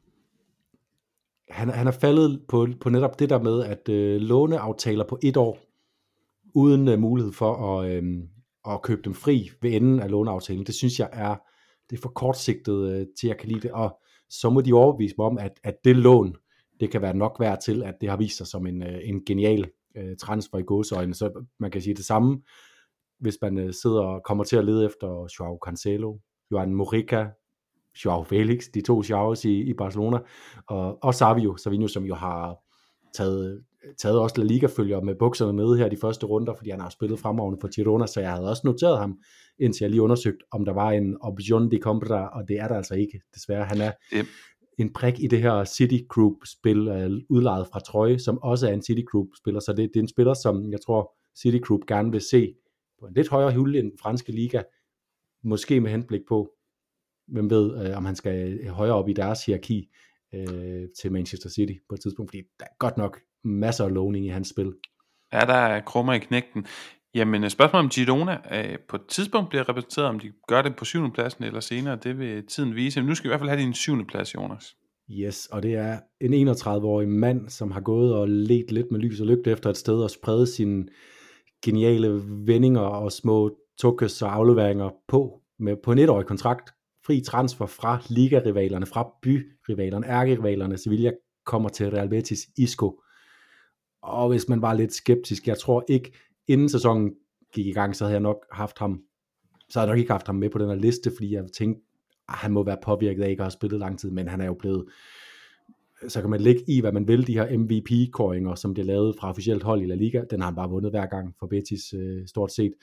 Han, han er faldet på, på netop det der med, at øh, låneaftaler på et år, uden øh, mulighed for at, øh, og købe dem fri ved enden af låneaftalen, det synes jeg er, det er for kortsigtet øh, til, at jeg kan lide det, og så må de overbevise mig om, at, at det lån, det kan være nok værd til, at det har vist sig som en, øh, en genial øh, transfer i gåseøjne, så man kan sige det samme, hvis man øh, sidder og kommer til at lede efter Joao Cancelo, Joan Morica, Joao Felix, de to Joaos i, i Barcelona, og, og Savio, Savino, som jo har taget, taget også La Liga-følger med bukserne nede her de første runder, fordi han har spillet fremragende for Girona, så jeg havde også noteret ham, indtil jeg lige undersøgt, om der var en option de compra, og det er der altså ikke, desværre. Han er yep. en prik i det her City Group-spil, uh, udlejet fra Troje, som også er en City Group-spiller, så det, det er en spiller, som jeg tror City Group gerne vil se på en lidt højere hylde end den franske liga, måske med henblik på, hvem ved, øh, om han skal højere op i deres hierarki øh, til Manchester City på et tidspunkt, fordi der er godt nok masser af lovning i hans spil. Ja, der er krummer i knægten. Jamen, spørgsmålet om Girona øh, på et tidspunkt bliver repræsenteret, om de gør det på syvende pladsen eller senere, det vil tiden vise. Men nu skal vi i hvert fald have din syvende plads, Jonas. Yes, og det er en enogtredive-årig mand, som har gået og let lidt med lys og lygte efter et sted og spredt sine geniale vendinger og små tukkes og afleveringer på, med, på en etårig kontrakt. Fri transfer fra liga-rivalerne, fra by-rivalerne, ærkerivalerne. Sevilla kommer til Real Betis Isco. Og hvis man var lidt skeptisk, jeg tror ikke, inden sæsonen gik i gang, så havde jeg nok haft ham, så havde jeg nok ikke haft ham med på den her liste, fordi jeg tænkte, at han må være påvirket af ikke at have spillet lang tid, men han er jo blevet, så kan man lægge i, hvad man vil, de her M V P-kåringer, som bliver lavet fra officielt hold i La Liga, den har han bare vundet hver gang for Betis, øh, stort set.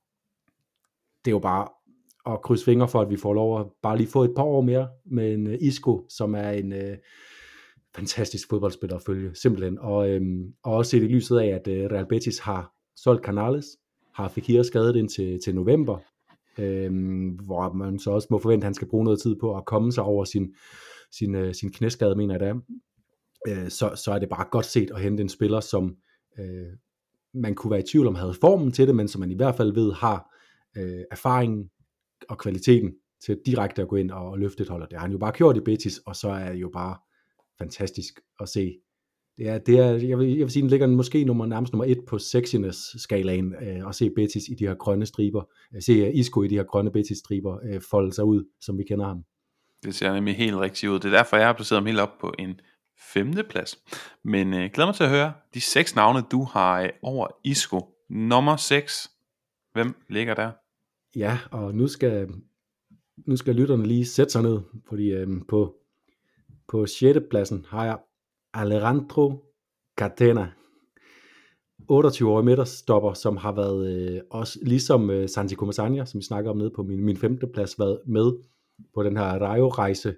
Det er jo bare at krydse fingre for, at vi får lov at bare lige få et par år mere med en uh, Isco, som er en uh, fantastisk fodboldspiller at følge, simpelthen. Og, øhm, og også set i lyset af, at uh, Real Betis har solgt Canales, har Fekir skadet ind til, til november, øhm, hvor man så også må forvente, at han skal bruge noget tid på at komme sig over sin, sin, uh, sin knæskade, mener jeg det er. Uh, så, så er det bare godt set at hente en spiller, som uh, man kunne være i tvivl om havde formen til det, men som man i hvert fald ved har uh, erfaringen og kvaliteten til direkte at gå ind og løfte et hold, og det har han jo bare gjort i Betis, og så er det jo bare fantastisk at se. Det er, det er, jeg, vil, jeg vil sige, den ligger måske nummer, nærmest nummer et på sexiness-skalaen, øh, at se Betis i de her grønne striber, øh, se Isco i de her grønne Betis-striber øh, folde sig ud, som vi kender ham. Det ser nemlig helt rigtigt ud. Det er derfor, jeg har placeret ham helt op på en femte plads. Men øh, glæder mig til at høre de seks navne, du har øh, over Isco. Nummer seks. Hvem ligger der? Ja, og nu skal, nu skal lytterne lige sætte sig ned, fordi øh, på, på sjette pladsen har jeg Alejandro Catena, otteogtyve-årig midterstopper, som har været øh, også, ligesom øh, Santi Comesaña, som vi snakker om nede på min, min femte plads, været med på den her Rayo-rejse,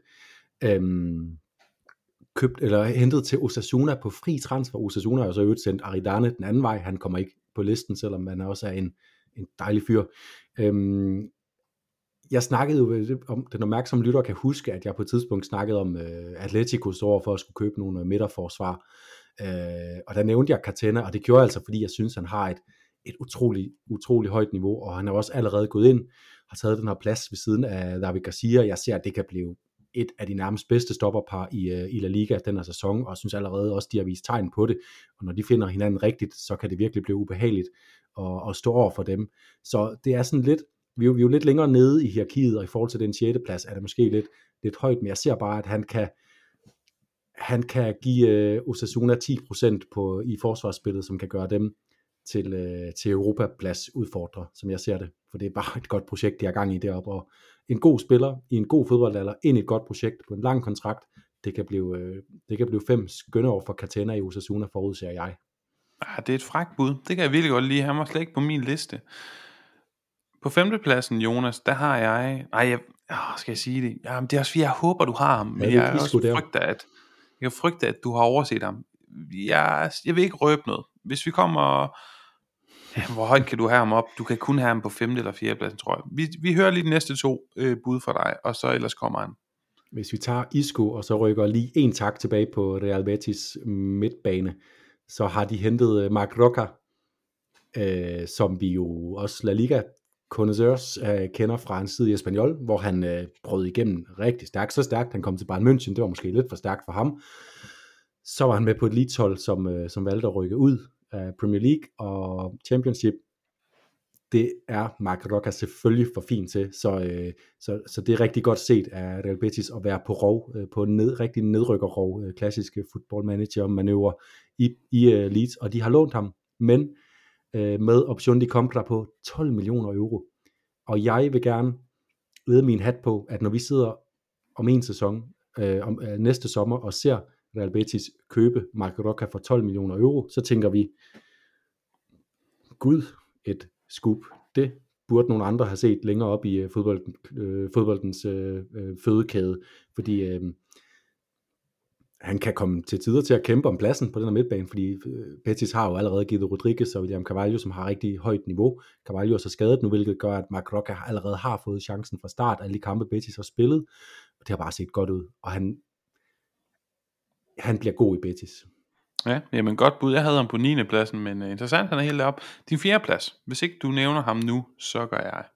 øhm, købt, eller hentet til Osasuna på fri transfer. Osasuna har jo så øvrigt sendt Aridane den anden vej, han kommer ikke på listen, selvom han også er en, en dejlig fyr. Øhm, jeg snakkede jo om, den opmærksomme lytter kan huske, at jeg på et tidspunkt snakkede om øh, Atletico står for at skulle købe nogle midterforsvar, øh, og der nævnte jeg Catena, og det gjorde jeg altså, fordi jeg synes, han har et, et utrolig, utrolig højt niveau, og han er også allerede gået ind, har taget den her plads ved siden af David Garcia. Jeg ser, at det kan blive et af de nærmest bedste stopperpar i, uh, i La Liga den her sæson, og jeg synes allerede også, de har vist tegn på det, og når de finder hinanden rigtigt, så kan det virkelig blive ubehageligt at, at stå over for dem. Så det er sådan lidt, vi er, jo, vi er jo lidt længere nede i hierarkiet, og i forhold til den sjette plads, er det måske lidt, lidt højt, men jeg ser bare, at han kan, han kan give uh, Osasuna ti procent på, i forsvarsspillet, som kan gøre dem til, uh, til Europaplads udfordrer, som jeg ser det, for det er bare et godt projekt, de har gang i deroppe, og en god spiller i en god fodboldalder ind i et godt projekt på en lang kontrakt, det kan blive, uh, det kan blive fem skønne år for Catena i Osasuna, forudser jeg. Ah, det er et frækt bud, det kan jeg virkelig godt lide, han var slet ikke på min liste. På femtepladsen, Jonas, der har jeg, nej, jeg, åh, skal jeg sige det, jamen, det er også fordi, jeg håber, du har ham, men ja, jeg også frygter, at, jeg frygter, at du har overset ham. Jeg, jeg vil ikke røbe noget. Hvis vi kommer, ja, hvor højt kan du have ham op? Du kan kun have ham på femte eller fjerde pladsen, tror jeg. Vi, vi hører lige de næste to øh, bud fra dig, og så ellers kommer han. Hvis vi tager Isco, og så rykker lige en tak tilbage på Real Betis midtbane, så har de hentet Marc Roca, øh, som vi jo også La Liga connoisseurs øh, kender fra en side i Espanyol, hvor han øh, brød igennem rigtig stærkt, så stærkt, han kom til Bayern München, det var måske lidt for stærkt for ham. Så var han med på et Leeds-hold, som, øh, som valgte at rykke ud af Premier League og Championship, det er Marc Roca selvfølgelig for fint til, så, øh, så, så det er rigtig godt set af Real Betis at være på rov, øh, på en ned, rigtig nedrykkerrov, øh, klassiske football manager manøvre i, i øh, Leeds, og de har lånt ham, men øh, med option de kom der på tolv millioner euro, og jeg vil gerne lede min hat på, at når vi sidder om en sæson, øh, om, øh, næste sommer, og ser Real Betis købe Marc Roca for tolv millioner euro, så tænker vi, gud, et scoop. Det burde nogle andre have set længere op i uh, fodbolden, øh, fodboldens øh, øh, fødekæde, fordi øh, han kan komme til tider til at kæmpe om pladsen på den her midtbane, fordi øh, Betis har jo allerede givet Rodriguez og William Carvalho, som har rigtig højt niveau. Carvalho er så skadet nu, hvilket gør, at Marc Roca allerede har fået chancen fra start af alle de kampe, Betis har spillet, og det har bare set godt ud, og han, han bliver god i Betis. Ja, jamen godt bud. Jeg havde ham på niende pladsen, men uh, interessant, han er helt deroppe. Din fjerde plads. Hvis ikke du nævner ham nu, så gør jeg.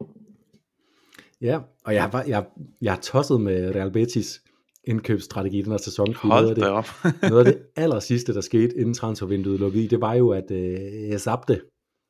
Ja, og jeg har jeg, jeg har tosset med Real Betis indkøbsstrategi i den her sæson. Hold noget, af det, op. noget af det aller sidste, der skete, inden transfervinduet lukkede i, det var jo, at øh, Zabde,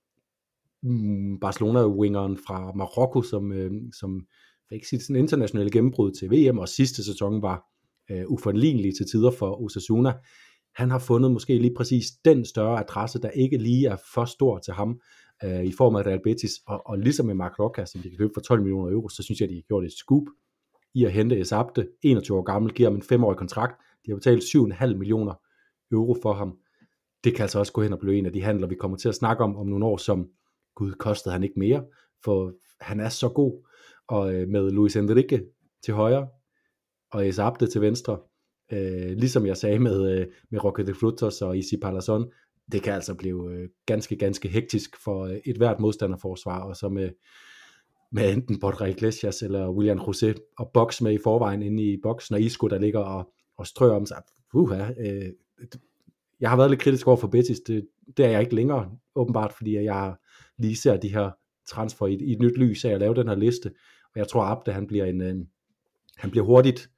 Barcelona-wingeren fra Marokko, som, øh, som fik sit sådan internationale gennembrud til V M, og sidste sæson var øh, uforlignelig til tider for Osasuna. Han har fundet måske lige præcis den større adresse, der ikke lige er for stor til ham, øh, i form af Real Betis, og, og ligesom med Marc Roca, som de kan købe for tolv millioner euro, så synes jeg, de har gjort et scoop i at hente Zabde, enogtyve år gammel, giver ham en femårig kontrakt, de har betalt syv komma fem millioner euro for ham. Det kan altså også gå hen og blive en af de handler, vi kommer til at snakke om om nogle år, som, gud, kostede han ikke mere, for han er så god, og øh, med Luis Enrique til højre, og Zabde til venstre, Øh, ligesom jeg sagde med, øh, med Roque de Frutos og Isi Palazón, det kan altså blive øh, ganske, ganske hektisk for øh, et hvert modstanderforsvar, og så med, med enten Borja Iglesias eller William José og boks med i forvejen inde i boksen, og Isco, der ligger og, og strør om sig. Uha, øh, jeg har været lidt kritisk over for Betis, det, det er jeg ikke længere, åbenbart, fordi jeg lige ser de her transfer i, i et nyt lys af at lave den her liste, og jeg tror, Abde, han bliver en, øh, han bliver hurtigt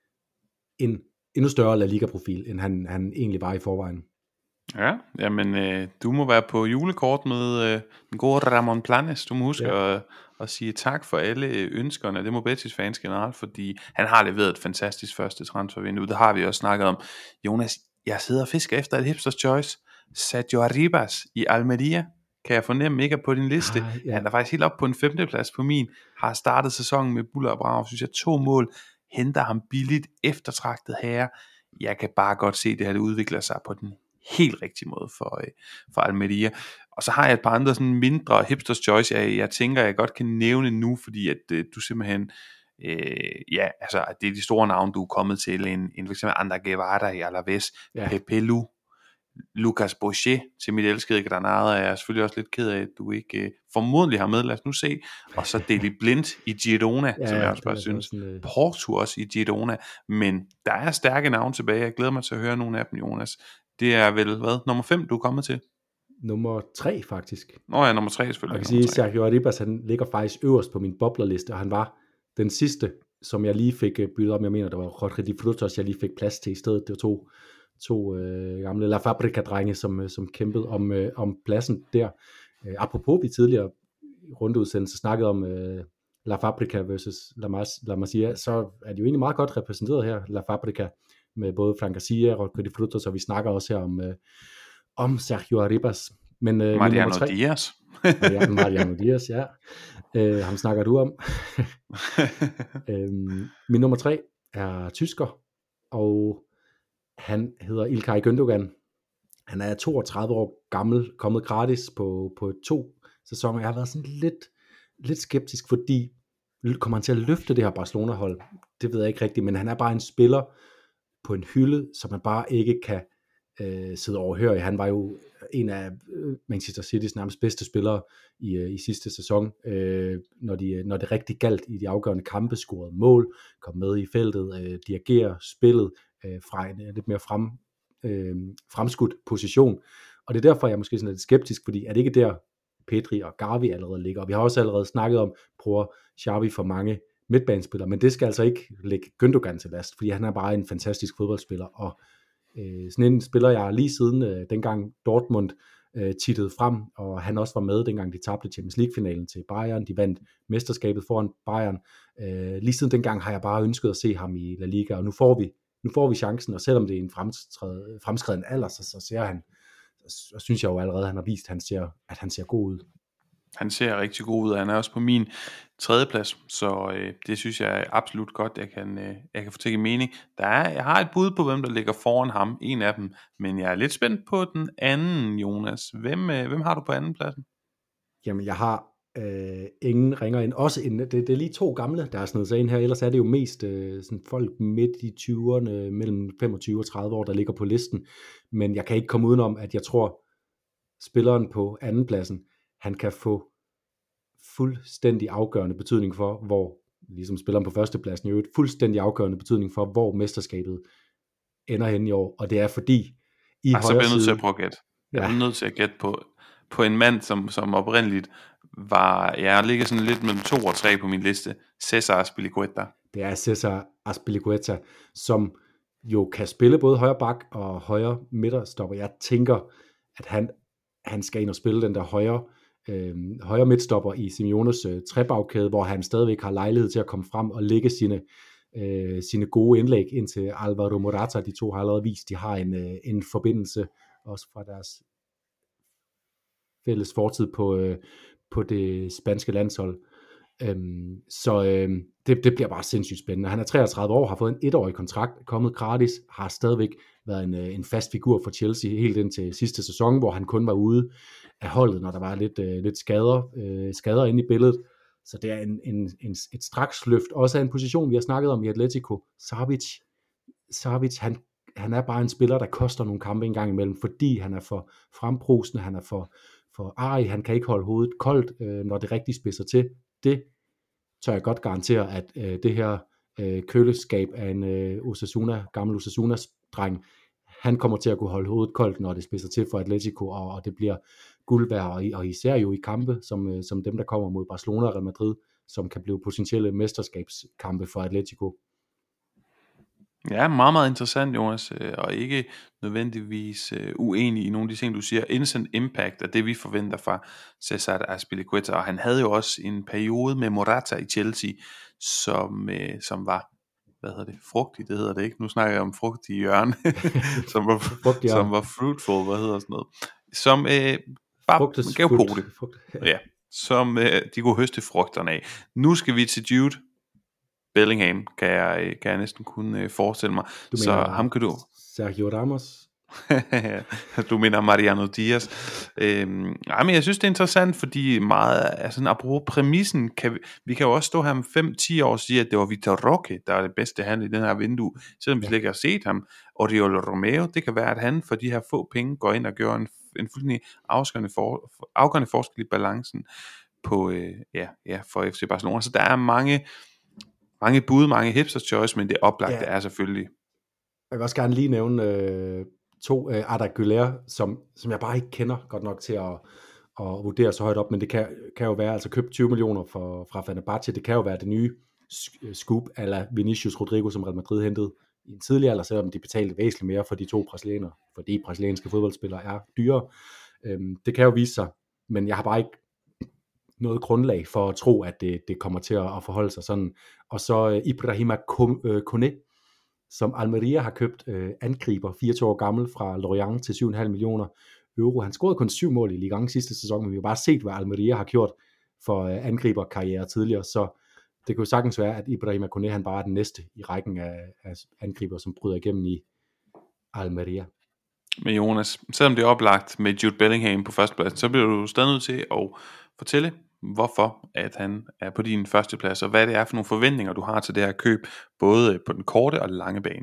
en endnu større La Liga-profil, end han, han egentlig var i forvejen. Ja, jamen øh, du må være på julekort med øh, den gode Ramon Planes. Du må huske ja. at, at sige tak for alle ønskerne. Det må Betis fans generelt, fordi han har leveret et fantastisk første transfervindue. Det har vi også snakket om. Jonas, jeg sidder og fisker efter et hipsters choice. Sergio Arribas i Almeria, kan jeg fornemme ikke er på din liste. Ah, ja. Han er faktisk helt op på en femteplads på min. Har startet sæsonen med buller og brav. Synes jeg to mål. Henter ham billigt, eftertragtet herre. Jeg kan bare godt se, at det her det udvikler sig på den helt rigtige måde for, øh, for Almeria. Og så har jeg et par andre sådan mindre hipsters choice, jeg, jeg tænker, jeg godt kan nævne nu, fordi at øh, du simpelthen, øh, ja, altså, at det er de store navne, du er kommet til, en, en for eksempel Ander Guevara i Alaves, ja. Pepe Lu, Lucas Boucher til mit elskede Granada. Jeg er selvfølgelig også lidt ked af, at du ikke øh, formodentlig har med. Lad os nu se. Og så Deli Blind i Girona, ja, som jeg også bare synes. Sådan, Porto også i Girona. Men der er stærke navne tilbage. Jeg glæder mig til at høre nogle af dem, Jonas. Det er vel, hvad? Nummer fem, du er kommet til? Nummer tre, faktisk. Nå ja, nummer tre selvfølgelig. Jeg kan sige, at Sergio Arribas, han ligger faktisk øverst på min boblerliste, og han var den sidste, som jeg lige fik byttet om. Jeg mener, der var Jorge de Frutos, jeg lige fik plads til i stedet. Det var to to øh, gamle La Fabrica-drenge, som, som kæmpede om, øh, om pladsen der. Øh, apropos, vi tidligere i rundeudsendelse snakkede om øh, La Fabrica versus La, Mas- La Masia, så er de jo egentlig meget godt repræsenteret her, La Fabrica, med både Fran Garcia og Rodrigo Frutos, og vi snakker også her om, øh, om Sergio Arribas. Men, øh, Mariano Diaz. Mariano, Mariano Diaz, ja. Øh, ham snakker du om. øh, min nummer tre er tysker, og han hedder İlkay Gündogan. Han er toogtredive år gammel, kommet gratis på, på to sæsoner. Jeg har været sådan lidt, lidt skeptisk, fordi kommer han til at løfte det her Barcelona-hold? Det ved jeg ikke rigtigt, men han er bare en spiller på en hylde, som man bare ikke kan øh, sidde overhørig. Han var jo en af Manchester City's nærmest bedste spillere i, øh, i sidste sæson, øh, når, de, når det rigtig galt i de afgørende kampe, scorede mål, kom med i feltet, øh, dirigerer spillet øh, fra en lidt mere frem, øh, fremskudt position. Og det er derfor, jeg er måske sådan lidt skeptisk, fordi er det ikke der, Pedri og Gavi allerede ligger? Og vi har også allerede snakket om, bruger Xavi for mange midtbanespillere, men det skal altså ikke lægge Gündogan til last, fordi han er bare en fantastisk fodboldspiller, og øh, sådan en spiller, jeg lige siden øh, dengang Dortmund øh, tittet frem, og han også var med, dengang de tabte Champions League-finalen til Bayern. De vandt mesterskabet foran Bayern. Øh, lige siden dengang har jeg bare ønsket at se ham i La Liga, og nu får vi, nu får vi chancen, og selvom det er en fremskreden alder, så, så ser han, så synes jeg jo allerede, at han har vist, at han ser, at han ser god ud. Han ser rigtig god ud, og han er også på min tredje plads, så øh, det synes jeg er absolut godt, jeg kan, øh, jeg kan få til mening. Der er, jeg har et bud på, hvem der ligger foran ham, en af dem, men jeg er lidt spændt på den anden, Jonas. Hvem, øh, hvem har du på anden pladsen? Jamen, jeg har øh, ingen ringer ind. Også en, det, det er lige to gamle, der er snedet sig ind her, ellers er det jo mest øh, sådan folk midt i tyverne, mellem femogtyve og tredive år, der ligger på listen. Men jeg kan ikke komme udenom, at jeg tror, spilleren på anden pladsen, han kan få fuldstændig afgørende betydning for, hvor, ligesom spilleren på førstepladsen, jo et fuldstændig afgørende betydning for, hvor mesterskabet ender hen i år, og det er fordi, i Ej, så bliver jeg nødt til side, at prøve at gætte. Jeg ja, er nødt til at gætte på, på en mand, som, som oprindeligt var, jeg ligger sådan lidt mellem to og tre på min liste, Cesar Azpilicueta. det er Cesar Azpilicueta, som jo kan spille både højre bak og højre midterstopper. Jeg tænker, at han, han skal ind og spille den der højre, øh, højre midtstopper i Simeones øh, trebagkæde, hvor han stadigvæk har lejlighed til at komme frem og lægge sine, øh, sine gode indlæg ind til Alvaro Morata. De to har allerede vist, de har en, øh, en forbindelse også fra deres fælles fortid på, øh, på det spanske landshold. Øhm, så øhm, det, det bliver bare sindssygt spændende. Han er treogtredive år, har fået en etårig kontrakt, kommet gratis, har stadigvæk været en, en fast figur for Chelsea helt indtil sidste sæson, hvor han kun var ude af holdet, når der var lidt, øh, lidt skader, øh, skader inde i billedet. Så det er en, en, en, et straks løft. Også af en position, vi har snakket om i Atletico. Savic, Savic han, han er bare en spiller, der koster nogle kampe en gang imellem, fordi han er for frembrusende, han er for, for ej, han kan ikke holde hovedet koldt, øh, når det rigtig spidser til. Det tør jeg godt garantere, at øh, det her øh, køleskab af en øh, Osasuna, gammel Osasuna-dreng, han kommer til at kunne holde hovedet koldt, når det spidser til for Atletico, og, og det bliver guld værd, og, og især jo i kampe, som, øh, som dem, der kommer mod Barcelona og Real Madrid, som kan blive potentielle mesterskabskampe for Atletico. Ja, meget, meget interessant, Jonas, og ikke nødvendigvis uh, uenig i nogle af de ting, du siger. Instant impact er det, vi forventer fra Cesar Azpilicueta, og han havde jo også en periode med Morata i Chelsea, som, uh, som var, hvad hedder det, frugtig, det hedder det ikke, nu snakker jeg om frugtig hjørne, som, var, frugt, ja. som var fruitful, hvad hedder sådan noget, som uh, bare gav på det, ja, som uh, de kunne høste frugterne af. Nu skal vi til Jude Bellingham, kan jeg, kan jeg næsten kunne forestille mig. Du så ham kan du... Sergio Ramos? Du mener Mariano Diaz. Øhm, nej, men jeg synes, det er interessant, fordi meget, altså apropos præmissen, kan vi, vi kan jo også stå her om fem til ti år og sige, at det var Vitor Roque, der er det bedste handel i den her vindue, selvom vi slet ikke har set ham. Oriol Romeo, det kan være, at han for de her få penge går ind og gør en, en fuldstændig afgørende, for, afgørende forskel i balancen på, øh, ja, ja, for F C Barcelona. Så der er mange Mange bud, mange hipster choice, men det oplagte ja. er selvfølgelig. Jeg vil også gerne lige nævne øh, to øh, Arda Güler, som, som jeg bare ikke kender godt nok til at, at vurdere så højt op, men det kan, kan jo være, altså købt tyve millioner for, fra Fenerbahce, det kan jo være det nye scoop ala Vinicius Rodrigo, som Real Madrid hentede i en tidligere alder, selvom de betalte væsentligt mere for de to brasilianere, fordi brasilianske fodboldspillere er dyre. Øhm, det kan jo vise sig, men jeg har bare ikke noget grundlag for at tro, at det, det kommer til at, at forholde sig sådan. Og så uh, Ibrahima Koné, som Almeria har købt, uh, angriber, fireogtyve år gammel, fra Lorient til syv komma fem millioner euro. Han scorede kun syv mål i Ligue et sidste sæson, men vi har bare set, hvad Almeria har gjort for uh, angriberkarriere tidligere, så det kunne sagtens være, at Ibrahima Koné, han bare er den næste i rækken af, af angriber, som bryder igennem i Almeria. Men Jonas, selvom det er oplagt med Jude Bellingham på førsteplads, så bliver du stadig nødt til at fortælle, hvorfor at han er på din første plads, og hvad det er for nogle forventninger, du har til det her køb, både på den korte og den lange bane.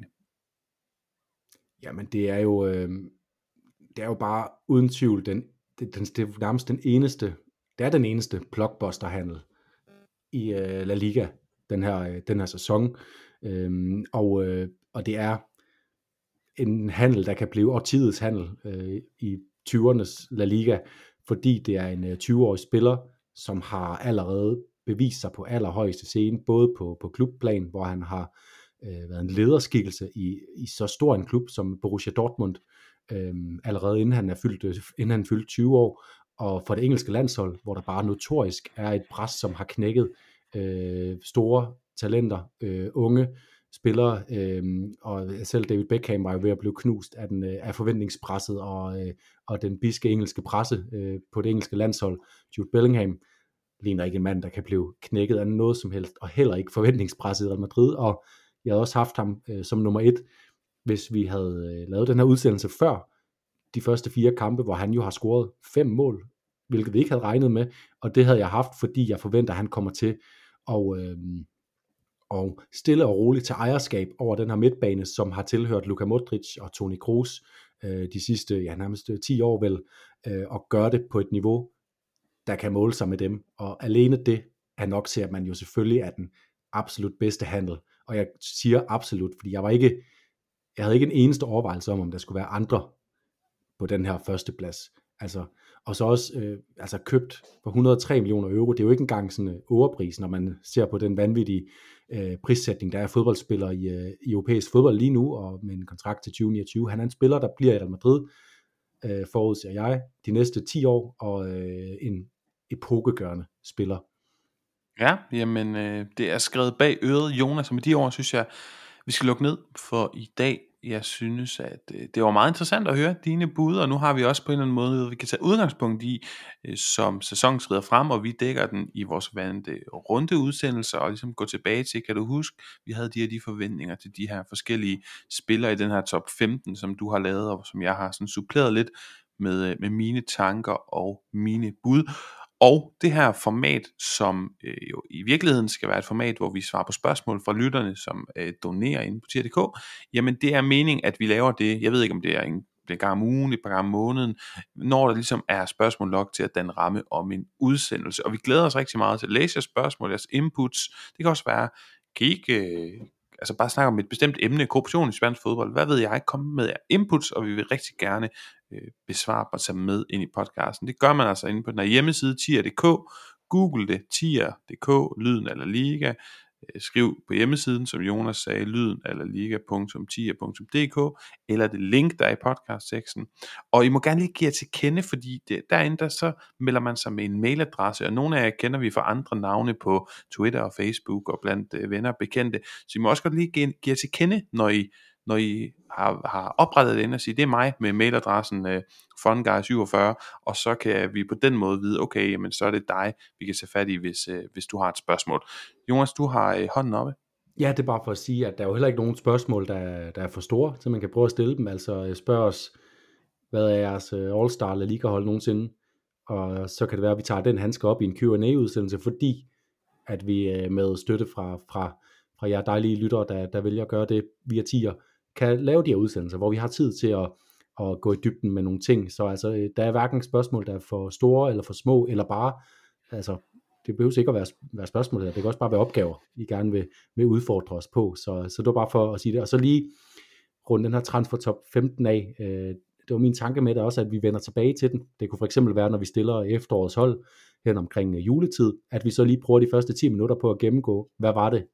Jamen det er jo, øh, det er jo bare uden tvivl, den, det, den, det er nærmest den eneste, det er den eneste blockbusterhandel i øh, La Liga, den her, den her sæson, øhm, og, øh, og det er en handel, der kan blive årtidets handel øh, i tyvernes La Liga, fordi det er en øh, tyve-årig spiller, som har allerede bevist sig på allerhøjeste scene, både på, på klubplan, hvor han har øh, været en lederskikkelse i, i så stor en klub som Borussia Dortmund, øh, allerede inden han er fyldt, øh, inden han fyldt tyve år, og for det engelske landshold, hvor der bare notorisk er et pres, som har knækket øh, store talenter, øh, unge spillere, øh, og selv David Beckham var jo ved at blive knust af, den, øh, af forventningspresset og, øh, og den biske engelske presse øh, på det engelske landshold. Jude Bellingham ligner ikke en mand, der kan blive knækket af noget som helst, og heller ikke forventningspresset i Real Madrid, og jeg havde også haft ham øh, som nummer et, hvis vi havde øh, lavet den her udsendelse før de første fire kampe, hvor han jo har scoret fem mål, hvilket vi ikke havde regnet med, og det havde jeg haft, fordi jeg forventer, at han kommer til at øh, og stille og roligt til ejerskab over den her midtbane, som har tilhørt Luka Modric og Toni Kroos øh, de sidste, ja nærmest ti år vel, øh, og gøre det på et niveau, der kan måle sig med dem, og alene det er nok til, at man jo selvfølgelig er den absolut bedste handel, og jeg siger absolut, fordi jeg var ikke, jeg havde ikke en eneste overvejelse om, om der skulle være andre på den her første plads, altså, og så også øh, altså købt for et hundrede og tre millioner euro, det er jo ikke engang sådan en overpris, når man ser på den vanvittige øh, prissætning, der er fodboldspillere i, øh, i europæisk fodbold lige nu, og med en kontrakt til tyve niogtyve, han er en spiller, der bliver i Real Madrid, øh, forudser jeg, de næste ti år, og øh, en epokegørende spiller. Ja, jamen øh, det er skrevet bag øret, Jonas, og med de ord synes jeg, vi skal lukke ned for i dag. Jeg synes, at øh, det var meget interessant at høre dine bud, og nu har vi også på en eller anden måde, vi kan tage udgangspunkt i, øh, som sæsonen skrider frem, og vi dækker den i vores vante rundeudsendelser, og ligesom gå tilbage til, kan du huske, vi havde de her de forventninger til de her forskellige spillere i den her top femten, som du har lavet, og som jeg har sådan suppleret lidt med, med mine tanker og mine bud. Og det her format, som øh, jo i virkeligheden skal være et format, hvor vi svarer på spørgsmål fra lytterne, som øh, donerer inde på tier punktum d k, jamen det er meningen, at vi laver det, jeg ved ikke om det er en, en gang om ugen, et par gange om måneden, når der ligesom er spørgsmål nok til at danne ramme om en udsendelse. Og vi glæder os rigtig meget til at læse jeres spørgsmål, jeres inputs. Det kan også være, kan I ikke... Øh, altså bare snakke om et bestemt emne, korruption i spansk fodbold, hvad ved jeg, komme med inputs, og vi vil rigtig gerne øh, besvare og tage med ind i podcasten. Det gør man altså inde på den her hjemmeside, tier punktum d k, google det, tier punktum d k, lyden eller liga, øh, skriv på hjemmesiden, som Jonas sagde, lyden eller liga punktum tier punktum d k, eller det link, der er i podcastteksten, og I må gerne lige give jer til kende, fordi det, derinde der så melder man sig med en mailadresse, og nogle af jer kender vi fra andre navne på Twitter og Facebook og blandt øh, venner og bekendte, så I må også godt lige give, give jer til kende, når I, når I har, har oprettet det ind og sige, det er mig med mailadressen øh, funguy syvogfyrre, og så kan vi på den måde vide, okay, jamen så er det dig, vi kan tage fat i, hvis, øh, hvis du har et spørgsmål. Jonas, du har øh, hånden oppe. Ja, det er bare for at sige, at der er jo heller ikke nogen spørgsmål, der, der er for store, så man kan prøve at stille dem. Altså spørg os, hvad er jeres All-Star La Liga-hold nogensinde? Og så kan det være, at vi tager den handske op i en Q and A-udsendelse, fordi at vi med støtte fra, fra, fra jer dejlige lyttere, der, der vælger at gøre det via tier, kan lave de her udsendelser, hvor vi har tid til at, at gå i dybden med nogle ting. Så altså, der er hverken spørgsmål, der er for store eller for små, eller bare, altså, det behøver ikke at være, være spørgsmål, det kan også bare være opgaver, I gerne vil, vil udfordre os på. Så, så det var bare for at sige det. Og så lige rundt den her transfer top femten af, øh, det var min tanke med det også, at vi vender tilbage til den. Det kunne for eksempel være, når vi stiller efterårets hold hen omkring juletid, at vi så lige bruger de første ti minutter på at gennemgå, hvad var det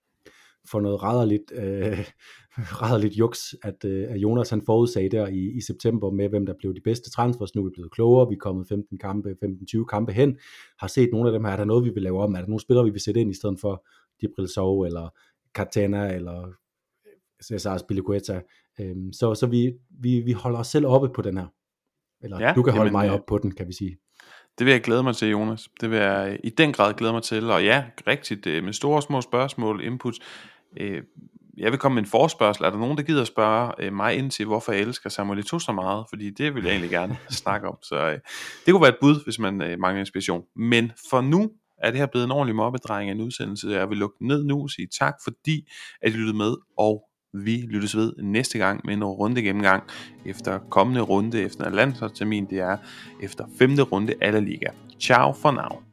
for noget rædderligt, øh, rædderligt juks, at, øh, at Jonas han forudsagde der i, i september med, hvem der blev de bedste transfers. Nu er vi blevet klogere, vi er kommet femten kampe, femten tyve kampe hen, har set nogle af dem her, er der noget, vi vil lave om, er der nogle spillere, vi vil sætte ind i stedet for Djibril Sow, eller Cartagena, eller Cesar Azpilicueta. Øhm, så så vi, vi, vi holder os selv oppe på den her. Eller ja, du kan holde jamen, mig op på den, kan vi sige. Det vil jeg glæde mig til, Jonas. Det vil jeg i den grad glæde mig til. Og ja, rigtigt, med store og små spørgsmål, inputs. Jeg vil komme med en forespørgsel. Er der nogen, der gider spørge mig ind til, hvorfor jeg elsker Samuel Eto'o så meget? Fordi det vil jeg egentlig gerne snakke om. Så det kunne være et bud, hvis man mangler inspiration. Men for nu er det her blevet en ordentlig mobbedrejning af en udsendelse. Jeg vil lukke ned nu og sige tak, fordi at I lyttede med, og vi lyttes ved næste gang med en runde gennemgang efter kommende runde efter en landsholdstermin. Det er efter femte runde af La Liga. Ciao for now.